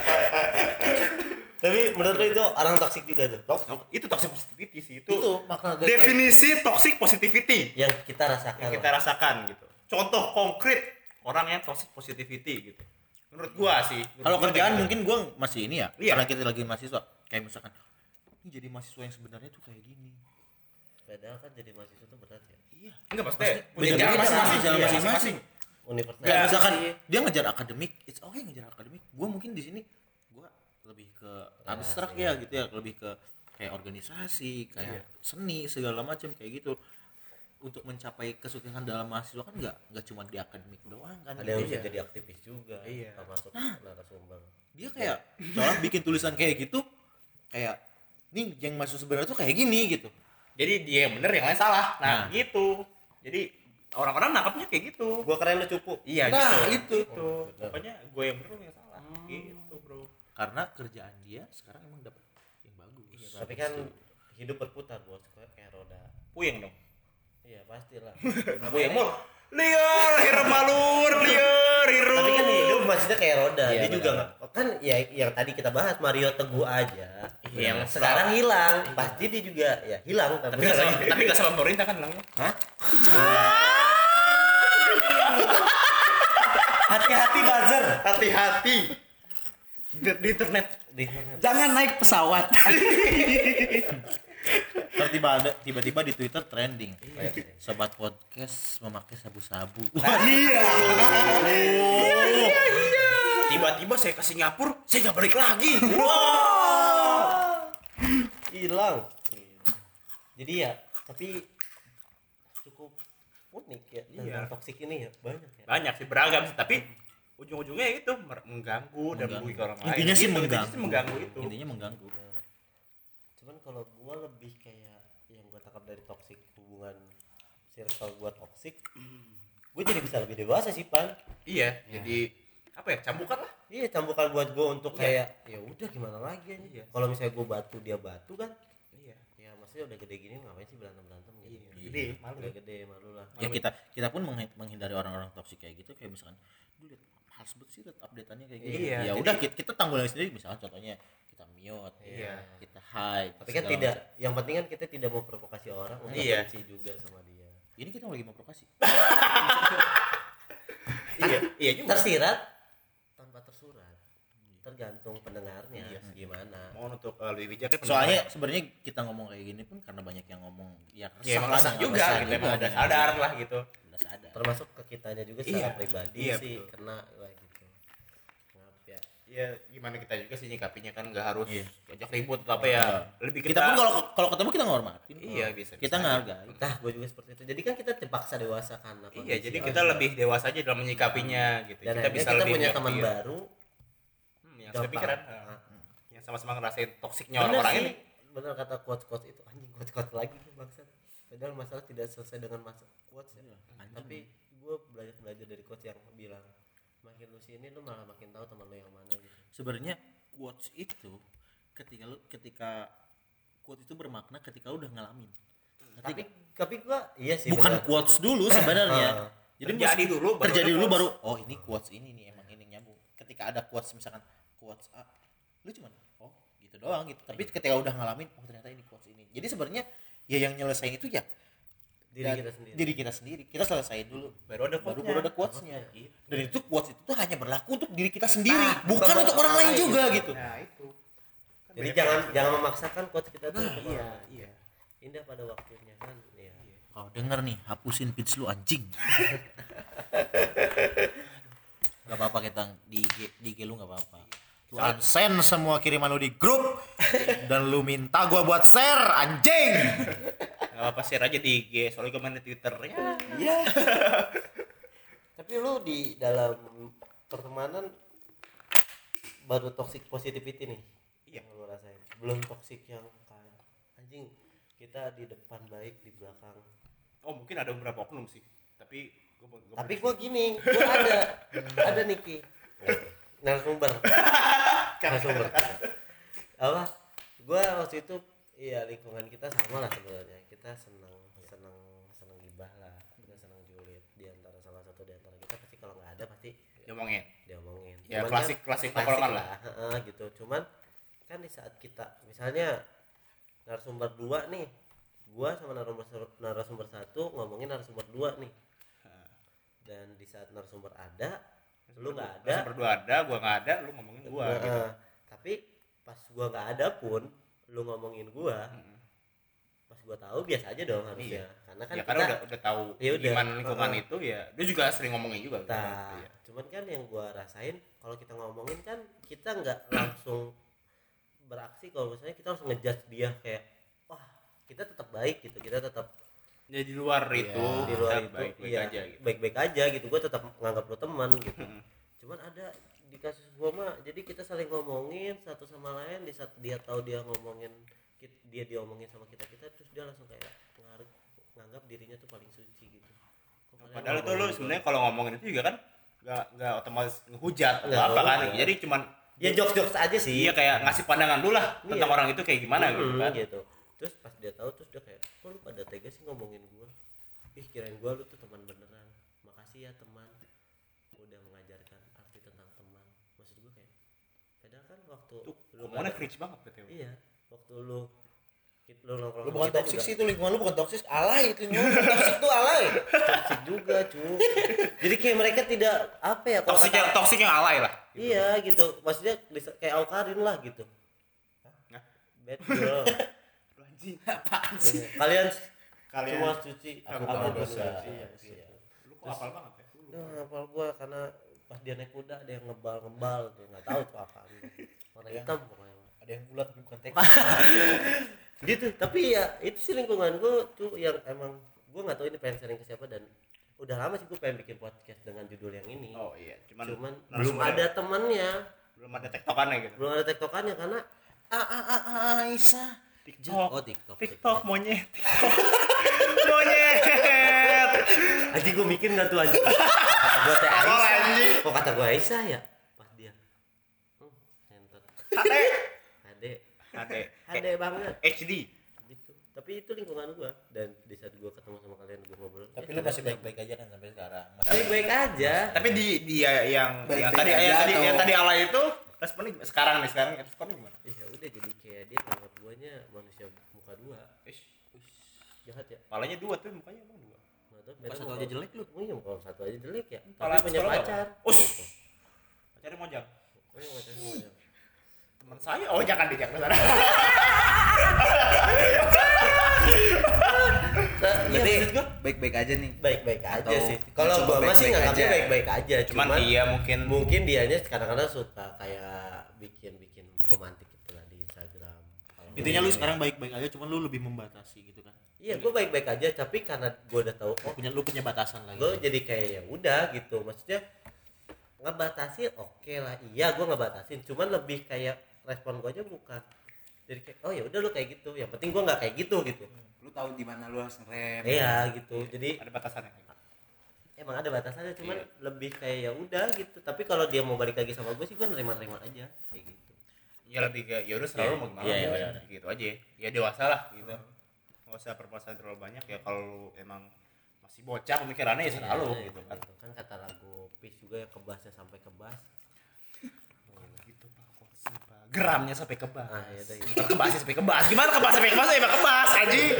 Tapi menurut lo itu orang toksik juga tuh. Itu toxic positivity sih itu. Itu makna definisi toxic positivity yang kita rasakan. Gitu. Contoh konkret orang yang toxic positivity gitu. Menurut gua sih. Kalau kerjaan mungkin gua masih ini ya. Iya. Karena kita lagi mahasiswa. Kayak misalkan ini jadi mahasiswa yang sebenarnya tuh kayak gini. Padahal kan jadi mahasiswa tuh berat ya. Iya. Enggak maksudnya beda-beda jalan masing-masing. universal. Kayak misalkan dia ngejar akademik, it's okay ngejar akademik. Gue mungkin di sini gue lebih ke abstrak ya gitu ya, lebih ke kayak organisasi, kayak seni segala macam kayak gitu. Untuk mencapai kesuksesan dalam mahasiswa kan nggak cuma di akademik doang kan. Ada yang bisa jadi aktivis juga, termasuk narasumber. Dia kayak soalnya bikin tulisan kayak gitu, kayak nih yang masuk sebenarnya tuh kayak gini gitu. Jadi dia yang bener, yang lain salah. Nah, gitu. Jadi orang-orang nangkapnya kayak gitu. Gua keren lu cupu. Iya Nah, gitu. itu. Pokoknya gue yang bener, lu yang salah. Gitu, bro. Karena kerjaan dia sekarang emang dapat yang bagus. Tapi kan hidup berputar, Bos, kayak roda. Puyeng dong. Iya, pastilah. Puyeng mul. Liar, hir malur, liar, hiru. Tapi kan hidup maksudnya kayak roda. Iya, Dia juga benar. nggak kan ya yang tadi kita bahas Mario Teguh aja. Iya, Yang sekarang hilang, pasti dia juga ya hilang Tapi nggak sama pemerintah kan bilangnya. Hah? Hati-hati buzzer. Hati-hati. Di internet. Jangan naik pesawat. Tiba-tiba di Twitter trending. Sobat podcast memakai sabu-sabu. Tiba-tiba saya ke Singapura, saya nggak balik lagi. Hilang. Jadi ya, tapi cukup unik ya tentang toksik ini ya, banyak ya. Banyak sih, beragam sih, tapi ujung-ujungnya itu mengganggu dan merugikan orang lain. Intinya sih Gitu, mengganggu. mengganggu itu. Intinya mengganggu. Cuman kalau gua lebih kayak yang gua tangkap dari toksik, hubungan circle gua toksik, gua jadi bisa lebih dewasa sih, Pan. Iya, jadi apa ya? Cambukan lah. Iya, cambukan buat gua untuk kayak ya udah gimana lagi aja. Kalau misalnya gua batu dia batu kan, Iya. ya maksudnya udah gede gini ngapain sih berantem gitu. Gede, malu. Udah gede, malu lah. Ya kita pun menghindari orang-orang toksik kayak gitu, kayak misalkan lu lihat males banget sih liat update-annya kayak gitu. Iya, Ya jadi- udah kita tanggulangi sendiri, misalkan contohnya kita mute, Iya. kita hide. Tapi kan segala tidak, macam. yang penting kan kita tidak mau provokasi orang untuk Iya. benci juga sama dia. Ini kita lagi mau provokasi. Iya juga. Tersirat tanpa tersurat. Tergantung pendengarnya gimana. Mohon untuk lebih bijak ya. Soalnya sebenarnya kita ngomong kayak gini pun karena banyak yang ngomong ya ya emang resah kan, juga, resah gitu. Emang udah kan. sadar lah gitu. Udah sadar. Termasuk ke kitanya juga secara Iya. pribadi Iya, sih betul. kena lah gitu. Maaf ya. Ya gimana kita juga sih nyikapinya kan nggak harus Iya. ajak ribut atau apa ya. Lebih Kita pun kalau ketemu kita ngormatin. Iya, bisa. Kita ngehargai. Nah, gue juga seperti itu. Jadi kan kita terpaksa dewasa karena Iya, kondisi jadi yang kita ada. lebih dewasa aja dalam menyikapinya gitu. dan Kita akhirnya bisa kita lebih punya ngerti teman ya. baru Yang gampang. sepikiran. Ah. Yang sama-sama ngerasain toksiknya Bener orang-orang sih, ini. bener kata quotes itu, anjing quotes lagi tuh bangsat. Padahal masalah tidak selesai dengan masa quotes ya. Tapi gue belajar dari quotes yang bilang makin lu sini lu malah makin tahu teman lu yang mana gitu. Sebenarnya quotes itu ketika quote itu bermakna ketika lu udah ngalamin. Tapi gue iya sih. Bukan bener. quotes dulu sebenarnya. Jadi Terjadi mesti- dulu, baru terjadi ada dulu quotes. baru oh ini quotes ini nih emang ini nyambung. Ketika ada quotes misalkan quotes A, lu cuman oh gitu doang gitu. Tapi ketika udah ngalamin oh ternyata ini quotes ini. Jadi sebenarnya ya yang nyelesain itu ya diri kita sendiri. Kita selesaiin dulu Baru ada quotes-nya. baru ada quotes-nya. Dan itu quotes itu tuh hanya berlaku untuk diri kita sendiri, bukan untuk orang lain juga gitu. Nah, itu. Jadi jangan memaksakan quotes kita tuh. Iya. Indah pada waktunya kan. Iya. Kau denger nih, hapusin feeds lu anjing. Gak apa-apa kita di IG lu gak apa-apa. Lu unsend semua kiriman lu di grup dan lu minta gua buat share anjing. Gak apa-apa, share aja di IG. Soalnya gue main di Twitter ya. Iya. Tapi lu di dalam pertemanan baru toxic positivity nih. Iya. Yang lu rasain. Belum toxic yang kayak anjing kita di depan baik di belakang. Oh, mungkin ada beberapa oknum sih. Tapi Tapi gua gini, gua ada Niki. Narasumber. Apa? Gua waktu itu iya lingkungan kita sama lah sebenarnya. Kita senang gibah lah. Kita senang julid di antara salah satu di antara kita pasti kalau nggak ada pasti diomongin. Ya, Cuman klasik tongkrongan lah. Gitu. Cuman kan di saat kita misalnya narasumber 2 nih, gua sama narasumber 1 ngomongin narasumber 2 nih. Dan di saat narasumber ada, lu nggak ada. Narasumber 2 ada, gua nggak ada, lu ngomongin gua gitu. Tapi pas gua nggak ada pun lu ngomongin gua. Pas gua tahu biasa aja dong harusnya. Karena kan ya karena udah tahu ya udah, gimana lingkungan itu ya. Dia juga sering ngomongin juga. Nah, cuman kan yang gua rasain kalau kita ngomongin kan kita nggak langsung beraksi, kalau misalnya kita langsung ngejudge dia kayak wah kita tetap baik gitu, kita tetap Ya di luar itu, di luar itu baik-baik iya, aja gitu. baik-baik aja gitu, gue tetap nganggap lo teman gitu. Cuman ada di kasus gue mah, jadi kita saling ngomongin satu sama lain, di saat dia tahu dia ngomongin dia diomongin sama kita terus dia langsung kayak nganggap dirinya tuh paling suci gitu. Padahal itu lu sebenarnya kalau ngomongin itu juga kan nggak otomatis ngehujat atau Nggak, apa kan, iya. jadi cuman ya jokes aja sih. iya kayak ngasih pandangan dulu lah tentang Iya. orang itu kayak gimana gitu kan. Gitu. Terus pas dia tahu terus dia kayak, kok lu pada tega sih ngomongin gua? Ih kirain gua lu tuh teman beneran. Makasih ya teman, udah mengajarkan arti tentang teman. Maksud gua kayak, padahal kan waktu Tuh lu ngomongnya cringe banget betul. iya, waktu lu nongkrong Lu sama bukan kita toksik juga sih, itu lingkungan lu bukan toksik, alay itu lingkungan lu toksik tuh alay. toksik juga cuy. Jadi kayak mereka tidak apa ya? kalau kata- Toksik yang alay lah. Iya gitu, maksudnya kayak Aukarin lah gitu. Hah? Bad girl. Apaan sih? Kalian Kalian semua suci, aku aku tahu dosa. dosa. Iya, Lu kok hafal banget ya? hafal gua karena pas dia naik kuda ada yang ngebal tuh, nggak tahu tuh apaan. Warna hitam pokoknya. Ada yang bulat tapi bukan tek. Gitu, tapi ya itu sih lingkungan gua tuh yang emang gua nggak tahu ini pengen sharing ke siapa, dan udah lama sih gua pengen bikin podcast dengan judul yang ini. Oh iya, cuman belum ada temennya, belum ada tektokannya gitu. belum ada tektokannya karena Aisyah. TikTok. oh TikTok. Monyet. Monyet. Anjing gua mikir nggak tuh anjing. Kata gua teh Aisyah. anjing. Kok kata gua Aisyah ya? Pas dia. Entot. Ade banget HD. gitu. Tapi itu lingkungan gua, dan di saat gua ketemu sama kalian gua ngobrol. Tapi lu masih baik-baik aja kan sampai sekarang. baik aja. Tapi dia yang Baik-baik tadi aja atau- yang tadi alay itu responnya sekarang responnya gimana? Ya udah, jadi kayak dia nganggap guanya manusia muka dua. Jahat ya. Palanya dua tuh, mukanya emang dua. Nggak tahu, Muka satu kalau- aja jelek lu. Oh iya, kalau satu aja jelek ya. Pala- Tapi punya pala pacar. apa? Us. Gitu. Pacarnya mojang. Oh iya, pacarnya mojang. Teman saya. Oh jangan dijak sana. Nah, iya, Berarti maksud gua baik-baik aja nih. baik-baik aja Atau sih. Kalau mencoba gua mah sih baik-baik nganggapnya aja. baik-baik aja. Cuman dia mungkin dianya kadang-kadang suka kayak bikin pemantik gitu lah di Instagram. Kalau Intinya lu sekarang baik-baik aja, cuman lu lebih membatasi gitu kan. iya, gua baik-baik aja, tapi karena gua udah tahu oh Lu punya batasan lagi. gue jadi kayak ya udah gitu, maksudnya ngebatasin oke lah, iya gue ngebatasin, cuman lebih kayak respon gue aja bukan jadi kayak oh ya udah lu kayak gitu, yang penting gue nggak kayak gitu. Lu tahu di mana lu harus ngerem. Iya gitu, jadi ada batasannya. emang ada batasannya, cuman lebih kayak ya udah gitu. Tapi kalau dia mau balik lagi sama gue sih gue nerima aja kayak gitu. Ya lebih kayak ya udah selalu mau gimana Iya, ya, benar. gitu aja. Ya dewasa lah gitu. Nggak usah permasalahan terlalu banyak ya, kalau lu emang masih bocah pemikirannya ya selalu Iya, gitu kan. gitu. Kan kata lagu Peace juga ya, kebasnya sampai kebas. Gitu Pak. Gramnya sampai kebas. Ah ya udah gitu. Ntar kebasnya sampai kebas. Gimana kebas sampai kebas? Ya kebas anjing.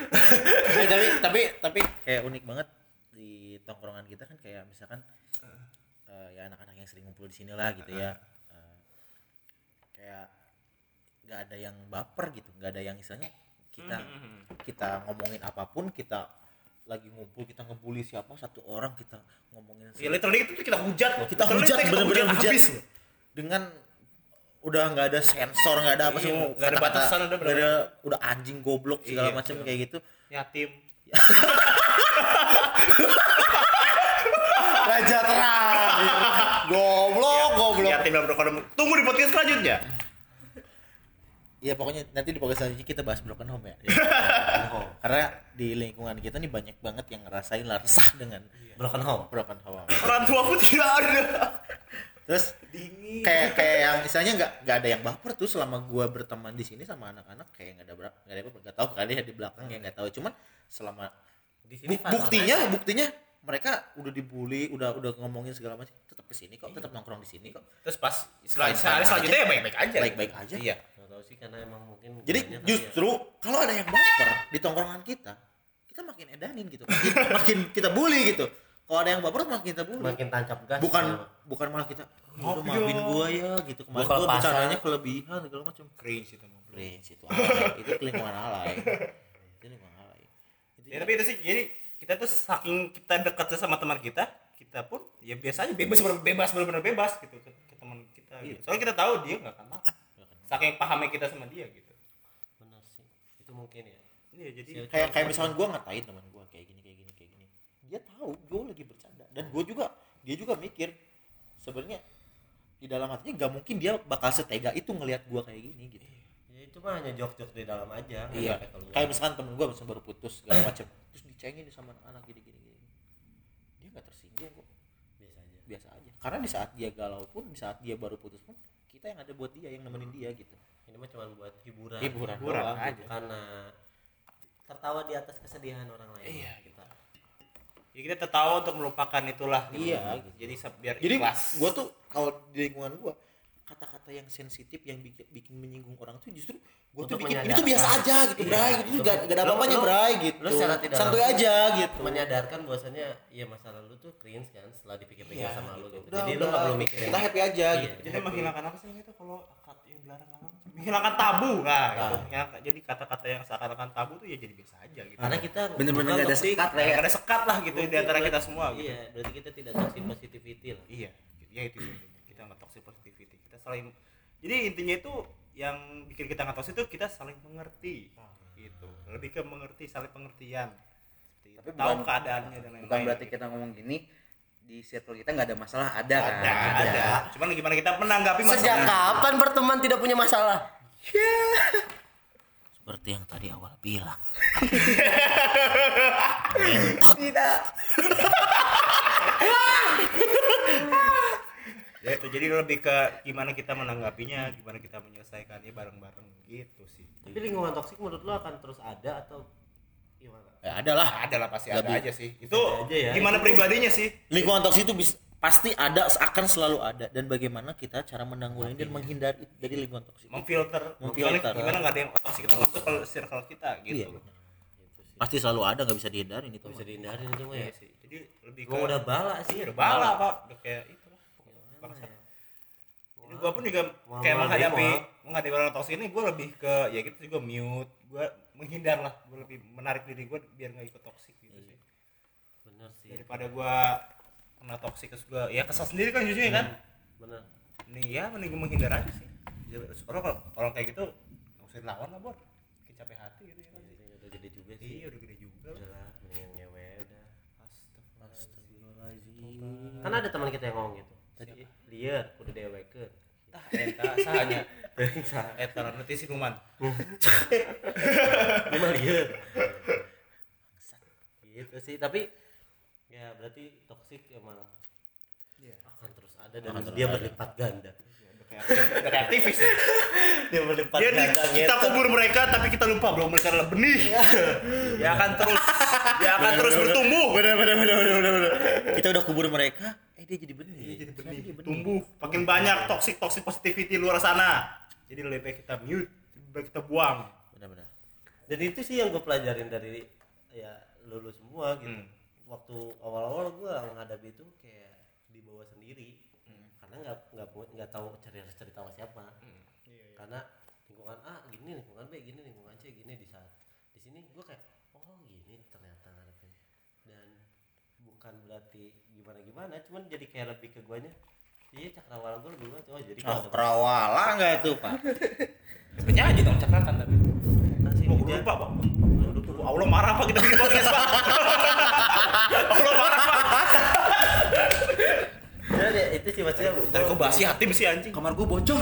tapi kayak unik banget di tongkrongan kita kan, kayak misalkan ya anak-anak yang sering ngumpul di sini lah gitu ya. Kayak nggak ada yang baper gitu, nggak ada yang istilahnya kita ngomongin apapun, kita lagi ngumpul kita ngebully siapa satu orang, kita ngomongin Ya literally itu kita hujat loh. kita Literally hujat, bener-bener hujat habis. dengan udah nggak ada sensor, nggak ada apa Iya, semua, nggak ada kata-kata, batasan, nggak ada, udah anjing goblok segala Iya, macam betul. kayak gitu. Yatim. Raja terakhir goblok Yatim dalam berkodam. Tunggu di podcast selanjutnya. ya pokoknya nanti di podcast selanjutnya kita bahas broken home ya. Karena di lingkungan kita nih banyak banget yang ngerasain lah resah dengan Broken home. broken home. Orang tuaku tidak ada. Terus kayak yang istilahnya nggak ada yang baper tuh selama gua berteman di sini sama anak-anak, kayak nggak ada apa, nggak tahu kali ya di belakang ya nggak tahu, cuman selama Di sini buktinya mereka udah dibully, udah ngomongin segala macam, tetap kesini kok, tetap nongkrong di sini kok, Terus pas sehari selanjutnya ya baik-baik aja. baik-baik aja. Iya. nggak tahu sih, karena emang mungkin Jadi guanya kali justru kalau ada yang baper di tongkrongan kita makin edanin gitu, makin kita bully gitu. Kalau ada yang baper makin kita ya, bully. makin tancap gas. Bukan malah kita udah maafin gua ya gitu. Kemarin Gua gua kelepasan. bercandanya kelebihan segala macam. Cringe itu. Cringe itu alay. Itu lingkungan alay. Itu Itu lingkungan alay. Ya, tapi itu sih jadi kita tuh saking kita dekat sama teman kita pun ya biasa aja benar-benar bebas gitu ke teman kita gitu. Soalnya kita tahu dia nggak akan marah. Saking pahamnya kita sama dia gitu. Benar sih. Itu mungkin ya. Iya, jadi Kayak misalkan gue ngatain teman gue kayak gini. Dia tahu gue lagi bercanda dan dia juga mikir sebenarnya di dalam hatinya nggak mungkin dia bakal setega itu ngelihat gue kayak gini gitu. Ya itu mah hanya jok-jok di dalam aja. Iya. Kayak misalkan temen gue baru putus segala macam, terus dicengin sama anak gini. Dia nggak tersinggung kok. Biasa aja. Karena di saat dia galau pun, di saat dia baru putus pun, kita yang ada buat dia, yang nemenin dia gitu. Ini mah cuma buat hiburan doang aja. Karena tertawa di atas kesedihan orang lain. Iya, kita. Ya kita tertawa untuk melupakan itulah. Iya. Gitu. Jadi biar ikhlas. Gue tuh kalau di lingkungan gue, kata-kata yang sensitif yang bikin menyinggung orang tuh justru gue tuh bikin ini tuh biasa aja gitu, Bray. Itu gak ada apa-apanya, Bray gitu. Lu secara tidak santuy aja gitu. Menyadarkan bahwasanya ya masa lalu tuh cringe kan setelah dipikir-pikir sama lu gitu. Udah, Jadi lu enggak perlu mikirin. Kita happy aja gitu. Jadi menghilangkan apa sih itu kalau kata yang dilarang-larang? Menghilangkan tabu lah gitu. Jadi kata-kata yang seakan-akan tabu tuh ya jadi biasa aja gitu. Karena kita bener-bener gak ada sekat lah ya. Gak ada sekat lah gitu di antara kita semua gitu. Iya, berarti kita tidak toxic positivity lah. Iya, ya itu sih. Kita nggak toxic positivity. Kita saling. Jadi intinya itu yang bikin kita nggak toxic itu kita saling mengerti. Gitu. Lebih ke mengerti, saling pengertian. Tapi tahu keadaannya dan lain-lain. Bukan berarti kita ngomong gini di circle kita nggak ada masalah, ada. Cuman gimana kita menanggapi masalah. Sejak kapan berteman tidak punya masalah? Seperti yang tadi awal bilang. Tidak. Ya itu jadi lebih ke gimana kita menanggapinya, gimana kita menyelesaikannya bareng-bareng gitu sih. Tapi lingkungan toksik menurut lo akan terus ada atau gimana? Ya ada lah. Pasti ada aja sih. Itu aja ya. gimana pribadinya sih? Lingkungan toksik itu pasti ada, akan selalu ada, dan bagaimana kita cara menanggulangi dan menghindari dari lingkungan toksik. Memfilter. Gimana nggak ada yang toksik itu masuk ke circle kita gitu. Iya. Pasti selalu ada, nggak bisa dihindarin itu. Bisa dihindarin itu mah ya. Sih. Jadi lebih ke Gua udah bala sih. udah bala Pak. Udah kayak itu lah. Bangsa. Jadi gua pun juga kayak menghadapi orang toksik ini gua lebih ke ya gitu juga mute. Gua menghindar lah. Gua lebih menarik diri gua biar nggak ikut toksik gitu sih. Bener sih. Daripada gua kena toksik terus gua ya kesal sendiri kan jujurnya kan. Bener. Nih ya mending gua menghindar aja sih. Orang kayak gitu nggak usah dilawan lah, Bor. Bikin capek hati gitu ya kan. Udah gede juga sih. Iya udah gede juga. Udah lah, mendingan ngewe udah. Astagfirullahaladzim. Kan ada teman kita yang ngomong gitu. Tadi liar udah dewekeun. Tah eta sahanya. Eta nanti siluman. Lu mah liar. Gitu sih, tapi ya berarti toksik emang akan terus ada dan dia berlipat ganda. Udah kayak aktivis ya. Dia berlipat Ya, ganda. kita kubur mereka tapi kita lupa bahwa mereka adalah benih. Ya akan terus bertumbuh. Bener. Kita udah kubur mereka, dia jadi benih. Tumbuh. Makin banyak toxic positivity luar sana. Jadi lebih baik kita mute, lebih baik kita buang. Benar. Dan itu sih yang gue pelajarin dari ya lulus semua gitu. Waktu awal-awal gue menghadapi itu kayak dibawa sendiri. Karena nggak tahu cerita sama siapa. Karena lingkungan A gini, lingkungan B gini, lingkungan C gini, di sini gue kayak gini ternyata ngadepin. Dan bukan berarti gimana, cuman jadi kayak lebih ke guanya. Iya, cakrawala gue lebih banget. Jadi Cakrawala nggak itu, Pak? Penyanyi dong cakratan tapi. masih Gue lupa, Pak. Allah marah Pak kita bikin podcast, Pak. Allah marah, Pak. Jadi itu sih maksudnya. Tadi gue basi hatim sih anjing. Kamar gue bocor.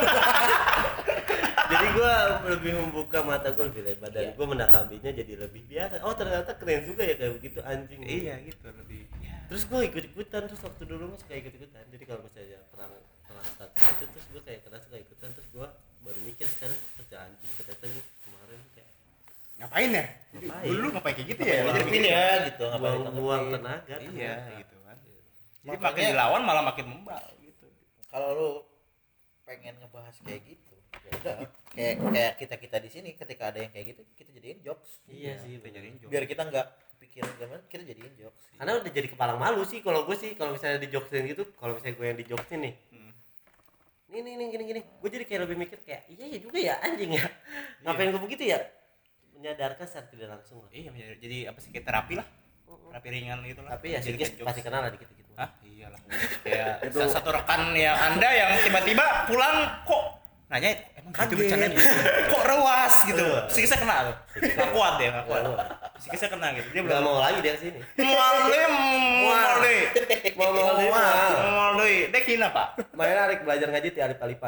Jadi gue lebih membuka mata gue lebih lebar dan gue menanggapinya jadi lebih biasa. Oh ternyata keren juga ya kayak begitu anjing. Iya gitu lebih. Terus gue ikut-ikutan, terus waktu dulu gue suka ikut-ikutan. Jadi kalau misalnya perang status itu terus gue kayak kena suka ikutan, terus gue baru mikir sekarang terus anjing ternyata gue kemarin kayak Ngapain ya? Dulu ngapain kayak gitu ya? Jadi Jadi ya gitu, buang tenaga. iya gitu kan. Jadi Makanya- makin dilawan malah makin membal gitu. Kalau lu pengen ngebahas kayak gitu, ya udah. Kayak kita di sini ketika ada yang kayak gitu, kita jadiin jokes. Iya sih, Kita jadiin joke. Biar kita nggak kepikiran gimana, kita jadiin jokes. karena udah jadi kepalang malu sih kalau gue sih, kalau misalnya dijoksin gitu, kalau misalnya gue yang dijoksin nih, ini gini, gue jadi kayak lebih mikir kayak iya juga ya anjing ya, ngapain gue begitu ya, menyadarkan secara tidak langsung lah. Iya, jadi apa sih, kayak terapi lah. Terapi ringan gitu lah. Tapi ya sedikit pasti kenal lah dikit-dikit. Ah, iyalah. Kayak salah satu rekan yang Anda yang tiba-tiba pulang kok nanya emang gitu bercandanya kok rewas gitu. Psikisnya kena tuh. Enggak kuat dia, enggak kuat. Psikisnya kena gitu. Dia Enggak mau lagi dia sini. Mau dek hina, Pak. Main Arik belajar ngaji ti alip-alipan.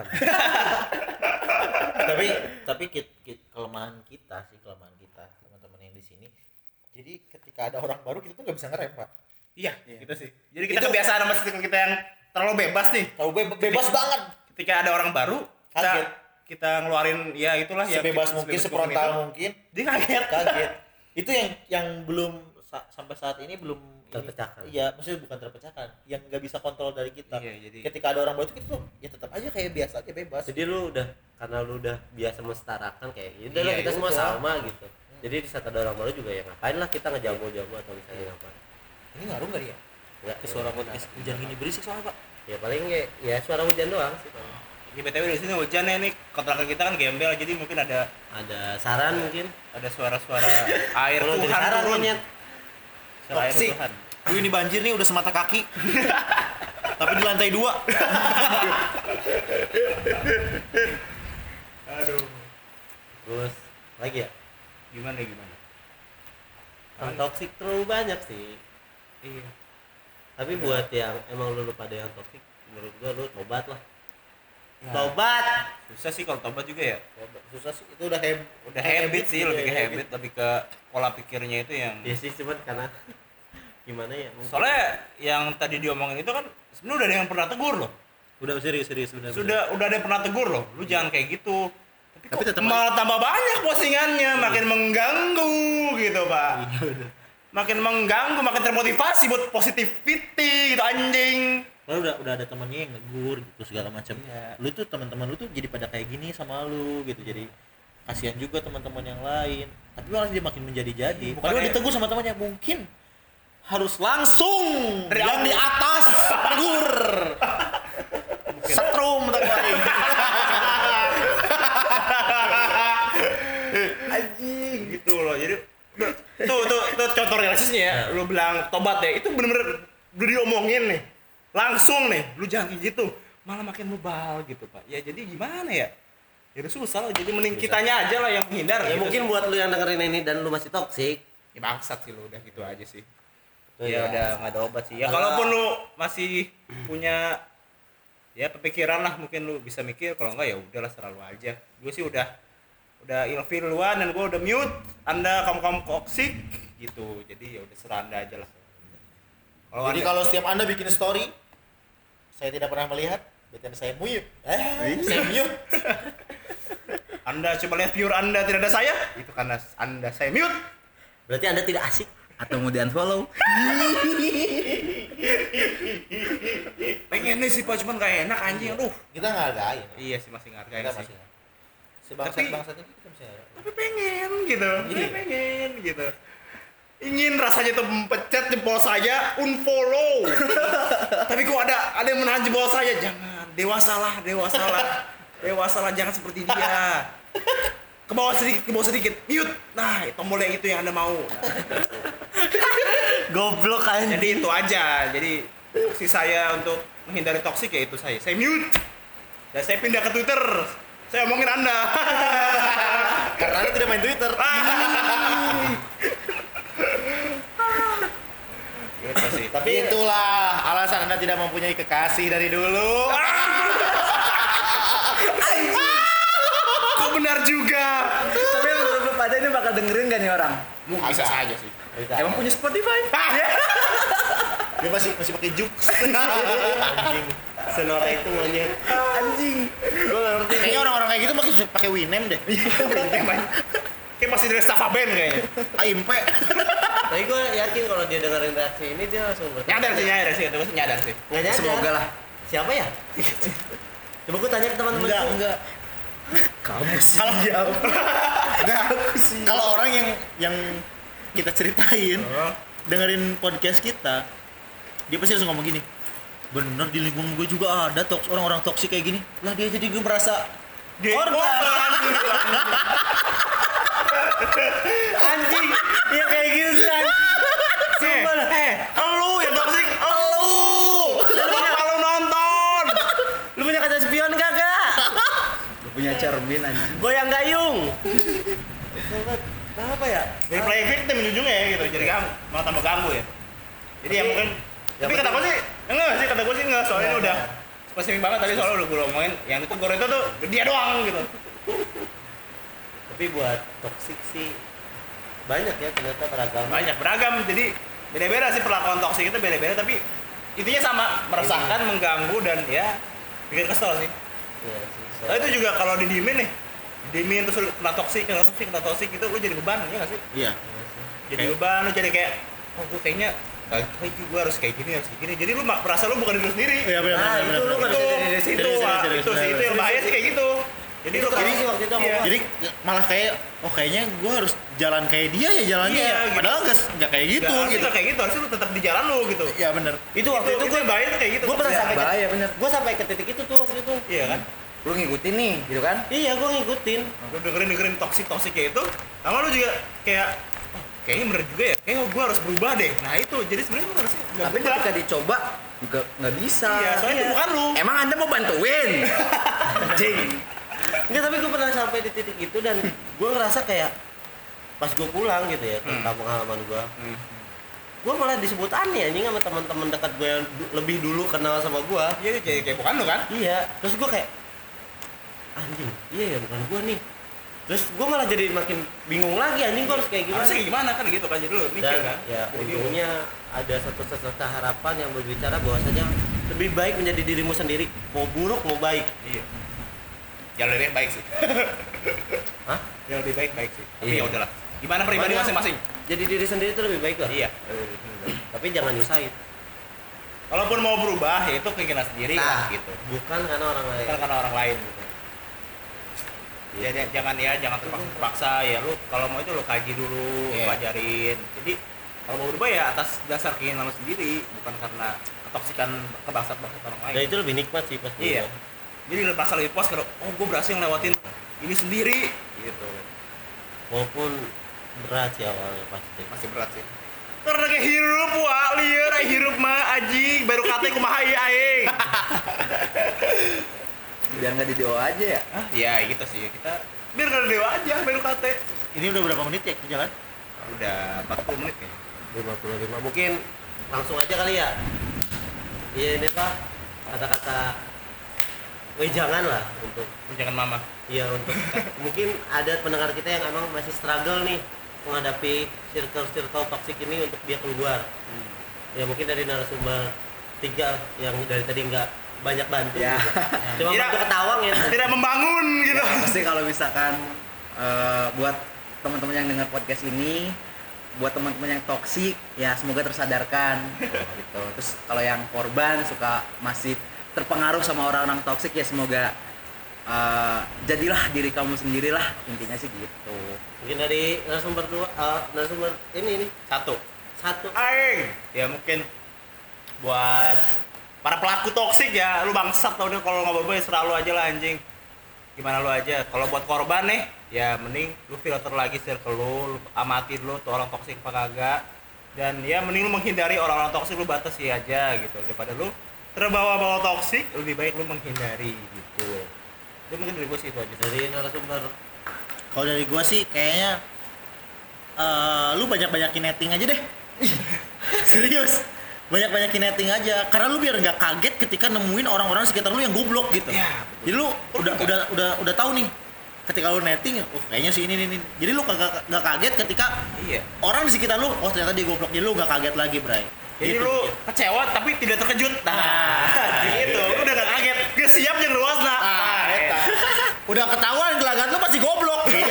tapi kelemahan kita teman-teman yang di sini, jadi ketika ada orang baru kita tuh nggak bisa ngerem, Pak. Iya, gitu sih. Jadi kita kebiasaan sama circle kita yang terlalu bebas nih. Bebas banget. Ketika ada orang baru, kita ngeluarin ya itulah ya sebebas mungkin, seprontal mungkin. Dia kaget. Itu yang belum sampai saat ini belum terpecahkan. Iya, maksudnya bukan terpecahkan, yang nggak bisa kontrol dari kita. Iya, jadi ketika ada orang baru kita tuh ya tetap aja kayak biasa aja, bebas. Jadi karena lu udah biasa mensetarakan kayak yaudah lah kita semua udah sama gitu. Jadi di saat ada orang baru juga ya ngapain lah kita ngejago-jago atau misalnya apa. Ini ngaruh nggak dia? Enggak, Ke suara podcast hujan gini berisik soalnya, Pak. ya paling ya suara hujan doang sih. Di BTW di sini hujan ya nih, kontrakan kita kan gembel, jadi mungkin ada saran mungkin. Ada suara-suara air Kalau jadi Tuhan saran turun. monyet. Suara air Toksik. Tuhan. Duh, ini banjir nih udah semata kaki. Tapi di lantai 2. Aduh. Terus lagi ya? Gimana? Yang toksik terlalu banyak sih. Iya. Tapi buat yang emang lu pada yang toksik, menurut gua lu tobat lah. Ya. Tobat. Susah sih kalau tobat juga ya. Susah sih, itu udah Habit sih, gitu lebih ke ya, habit, lebih ke pola pikirnya itu yang Ya sih cuman karena gimana ya? Mungkin. soalnya yang tadi diomongin itu kan sebenarnya udah ada yang pernah tegur loh. Udah serius benar. Udah ada yang pernah tegur loh. Lu jangan kayak gitu. Tapi tetap malah tambah banyak postingannya, makin mengganggu gitu, Pak. Makin mengganggu, makin termotivasi buat positivity gitu, anjing. Lalu udah ada temennya yang negur gitu segala macam. Iya. Lu tuh teman-teman lu tuh jadi pada kayak gini sama lu gitu. Jadi kasihan juga teman-teman yang lain. Tapi malah dia makin menjadi-jadi. Padahal ditegur sama temannya, mungkin harus langsung yang di atas negur. Setrum tak lain. Anjing gitu loh. Jadi tuh contoh realistisnya ya. Lu bilang tobat ya, itu bener-bener udah diomongin nih. Langsung nih, lu jangan kayak gitu. Malah makin bebal gitu, Pak. Ya jadi gimana ya? Ya udah susah lah. Jadi mending kitanya aja lah yang menghindar. Ya gitu mungkin sih. buat lu yang dengerin ini dan lu masih toksik, Ya bangsat sih lu, udah gitu aja sih. Tuh Ya ya. udah nggak ada obat sih. Ya kalaupun lu masih punya ya kepikiran lah, mungkin lu bisa mikir. Kalau enggak ya udahlah, selalu aja. Gue sih udah ilfil duluan dan gue udah mute. Kamu toksik gitu. Jadi ya udah serah Anda aja lah. Jadi kalau setiap Anda bikin story, saya tidak pernah melihat, berarti saya mute. Saya mute. Anda coba lihat viewer Anda tidak ada saya, itu karena Anda saya mute. Berarti Anda tidak asik. Atau mau di-unfollow. Pengen nih sih Pak, cuman gak enak anjing. Aduh. Kita ngargain. Iya sih, masih ngargain Kita sih. masih. Sebangsat-bangsatnya kita bisa. Tapi pengen gitu. Pengen gitu. Ingin rasanya tuh pencet jempol saya, unfollow. Tapi kok ada yang menahan jempol saya, jangan. Dewasalah. Dewasalah, jangan seperti dia. Ke bawah sedikit, mute. Nah, tombol yang itu yang Anda mau. Goblok kan. Jadi itu aja. Jadi si saya untuk menghindari toksik ya itu saya mute. Dan saya pindah ke Twitter. Saya omongin Anda. Karena Anda tidak main Twitter. Gitu sih. Tapi itulah alasan Anda tidak mempunyai kekasih dari dulu. Kok benar juga. Tapi menurut lu pada ini bakal dengerin gak nih orang? Bisa saja sih. Emang punya Spotify? Dia masih pakai Jux. Anjing. Senora itu monyet. Anjing. Gua enggak ngerti. Kayaknya orang-orang kayak gitu pakai Winem deh. Kayak masih dari Staffa Band kayaknya. AIMP. Tapi gue yakin kalau dia dengerin reaksi ini dia langsung Nyadar sih. Terus nyadar sih. Nggak nyadar. Semoga lah. Siapa ya? Coba gue tanya ke teman-teman. Enggak. Kamu sih. Kalau orang yang kita ceritain dengerin podcast kita, dia pasti langsung ngomong gini, bener di lingkungan gue juga ada orang-orang toksik kayak gini. Lah dia jadi gue merasa Korban. Anjing, ya kayak gitu sih anjing. Sumpah dah. Lu yang toksik, kenapa lu nonton? Lu punya kaca spion kagak? Lu punya cermin anjing. Goyang gayung. Kenapa ya? Dari play victim ujungnya ya gitu, jadi malah tambah ganggu ya. Jadi ya mungkin, tapi kata gue sih, enggak, soalnya ini udah spesifik banget tadi soalnya udah gue ngomongin, yang itu Goro itu tuh dia doang gitu. Tapi buat toksik sih banyak ya ternyata beragam. Banyak beragam, jadi beda-beda sih perlakuan toksik itu beda-beda, tapi intinya sama, meresahkan, mengganggu dan ya bikin kesel sih. Iya sih. Tapi itu juga kalau didiemin nih, didiemin terus lu kena toksik itu lu jadi beban ya nggak sih? Iya. Jadi beban, lu jadi kayak oh gue kayaknya gue harus kayak gini. Jadi lu merasa lu bukan diri lu sendiri. Iya benar. Nah, itu lu nggak bisa jadi diri sendiri. Itu yang bahaya sih kayak gitu. Jadi lu Jadi sih waktu itu iya. Jadi malah kayak kayaknya gue harus jalan kayak dia ya jalannya. Iya, Ya. gitu. Padahal nggak kayak gitu Nggak, gitu. harusnya kayak gitu, harusnya lu tetap di jalan lu gitu. Iya benar. itu waktu itu gue bahaya tuh kayak gitu. gue pernah Ya, sampai bahaya bener. gue sampai ke titik itu tuh waktu itu. Iya kan? Lu ngikutin nih gitu kan. Iya, gue ngikutin. Lu dengerin toksik kayak itu, lama lu juga kayak oh, kayaknya bener juga ya. Kayaknya gue harus berubah deh. Nah itu jadi sebenarnya lu harusnya nggak Tapi berubah. ketika dicoba juga nggak bisa. Iya, soalnya itu bukan lu. Emang Anda mau bantuin? Anjing. Enggak, tapi gue pernah sampai di titik itu dan gue ngerasa kayak pas gue pulang gitu ya ke kampung halaman gue. Gue malah disebut aneh anjing sama teman-teman dekat gue yang lebih dulu kenal sama gue. Iya kayak bukan lu kan? Iya, terus gue kayak anjing, iya ya bukan gue nih. Terus gue malah jadi makin bingung lagi anjing gue harus kayak gimana. Harusnya gimana kan gitu kan, jadi lu mikir Dan kan? ya Jadi untungnya ada satu harapan yang berbicara bahwasanya lebih baik menjadi dirimu sendiri, mau buruk mau baik. iya. Yang lebih baik sih. Hah? Yang lebih baik sih. Tapi Iya. ya udahlah. Gimana pribadi Makanya, masing-masing? Jadi diri sendiri itu lebih baik lah. Iya. Tapi jangan nyusahin. Kalaupun mau berubah ya itu keinginan sendiri lah gitu. Bukan karena orang lain. Bukan karena orang lain gitu. Ya, jangan terpaksa ya, lu kalau mau itu lu kaji dulu, Iya. pelajarin. Jadi kalau mau berubah ya atas dasar keinginan lu sendiri, bukan karena ketoksikan kebangsaan orang lain. Dan itu lebih nikmat sih pasti. Iya. Jadi merasa lebih puas kalau oh gue berhasil ngelewatin ini sendiri gitu. Walaupun berat sih awalnya pasti. Masih berat sih. Karena kayak hirup wah lieur hirup mah aji baru kate kumaha ieu aing. Biar nggak di DO aja ya. Hah? Ya gitu sih kita biar enggak dewa aja baru kate. Ini udah berapa menit ya kita jalan? Udah 40 menit kayaknya. 55 mungkin langsung aja kali ya. Iya ini Pak, kata-kata jangan lah untuk Jangan mama. ya untuk mungkin ada pendengar kita yang emang masih struggle nih menghadapi circle toxic ini untuk dia keluar. Ya mungkin dari narasumber 3 yang dari tadi nggak banyak bantu. Ya. Gitu. Cuma Tidak. bantu ketawang ya. Tidak membangun gitu. Pasti kalau misalkan buat teman-teman yang dengar podcast ini, buat teman-teman yang toksik, ya semoga tersadarkan gitu. Terus kalau yang korban suka masih terpengaruh sama orang-orang toksik, ya semoga jadilah diri kamu sendirilah, intinya sih gitu. Mungkin dari narasumber narasumber ini Satu. aing. Ya mungkin buat para pelaku toksik ya, lu bangsat tau deh kalau ngobrol ya serah lu aja lah anjing. Gimana lu aja. Kalau buat korban nih, ya mending lu filter lagi circle lu amati dulu tuh orang toksik apa kagak. Dan ya mending lu menghindari orang-orang toksik, lu batasi aja gitu. Daripada lu terbawa-bawa toksik, lebih baik lu menghindari gitu. Itu mungkin dari gue sih itu aja. Dari narasumber Kalau dari gua sih kayaknya lu banyak-banyakin netting aja deh. Serius. Banyak-banyakin netting aja karena lu biar nggak kaget ketika nemuin orang-orang sekitar lu yang goblok gitu. Ya, Jadi lu udah tahu nih ketika lu netting, oh kayaknya si ini. Jadi lu nggak kaget ketika Iya. orang di sekitar lu, oh ternyata dia goblok. Jadi lu nggak kaget lagi, Bray. Jadi Gitu. lu kecewa tapi tidak terkejut. Nah, gitu. Lu udah gak kaget. Gak siap jeung ruasna. Eta. Udah ketahuan gelagat lu pasti goblok gitu.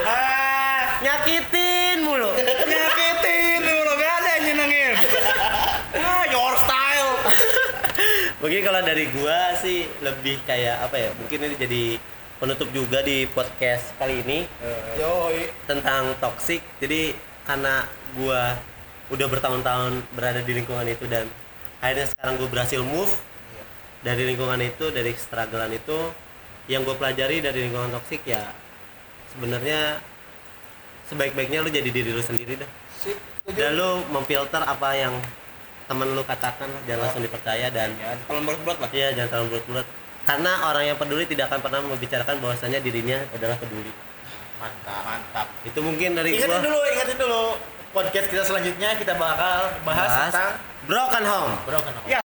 nyakitin mulu. Nyakitin lu gak ada yang nyenengin. Your style. Mungkin kalau dari gua sih lebih kayak apa ya? Mungkin ini jadi penutup juga di podcast kali ini Yoi. tentang toxic. Jadi karena gua udah bertahun-tahun berada di lingkungan itu dan akhirnya sekarang gua berhasil move dari lingkungan itu, dari strugglean itu, yang gue pelajari dari lingkungan toksik ya sebenarnya sebaik-baiknya lu jadi diri lu sendiri dah. Dan lu memfilter apa yang temen lu katakan, jangan langsung dipercaya dan kalau bulat-bulat lah. iya, jangan terlalu bulat-bulat. Karena orang yang peduli tidak akan pernah membicarakan bahwasanya dirinya adalah peduli. Mantap. Itu mungkin dari Ingatin gua. dulu podcast kita selanjutnya kita bakal bahas tentang Broken Home. broken home. Ya,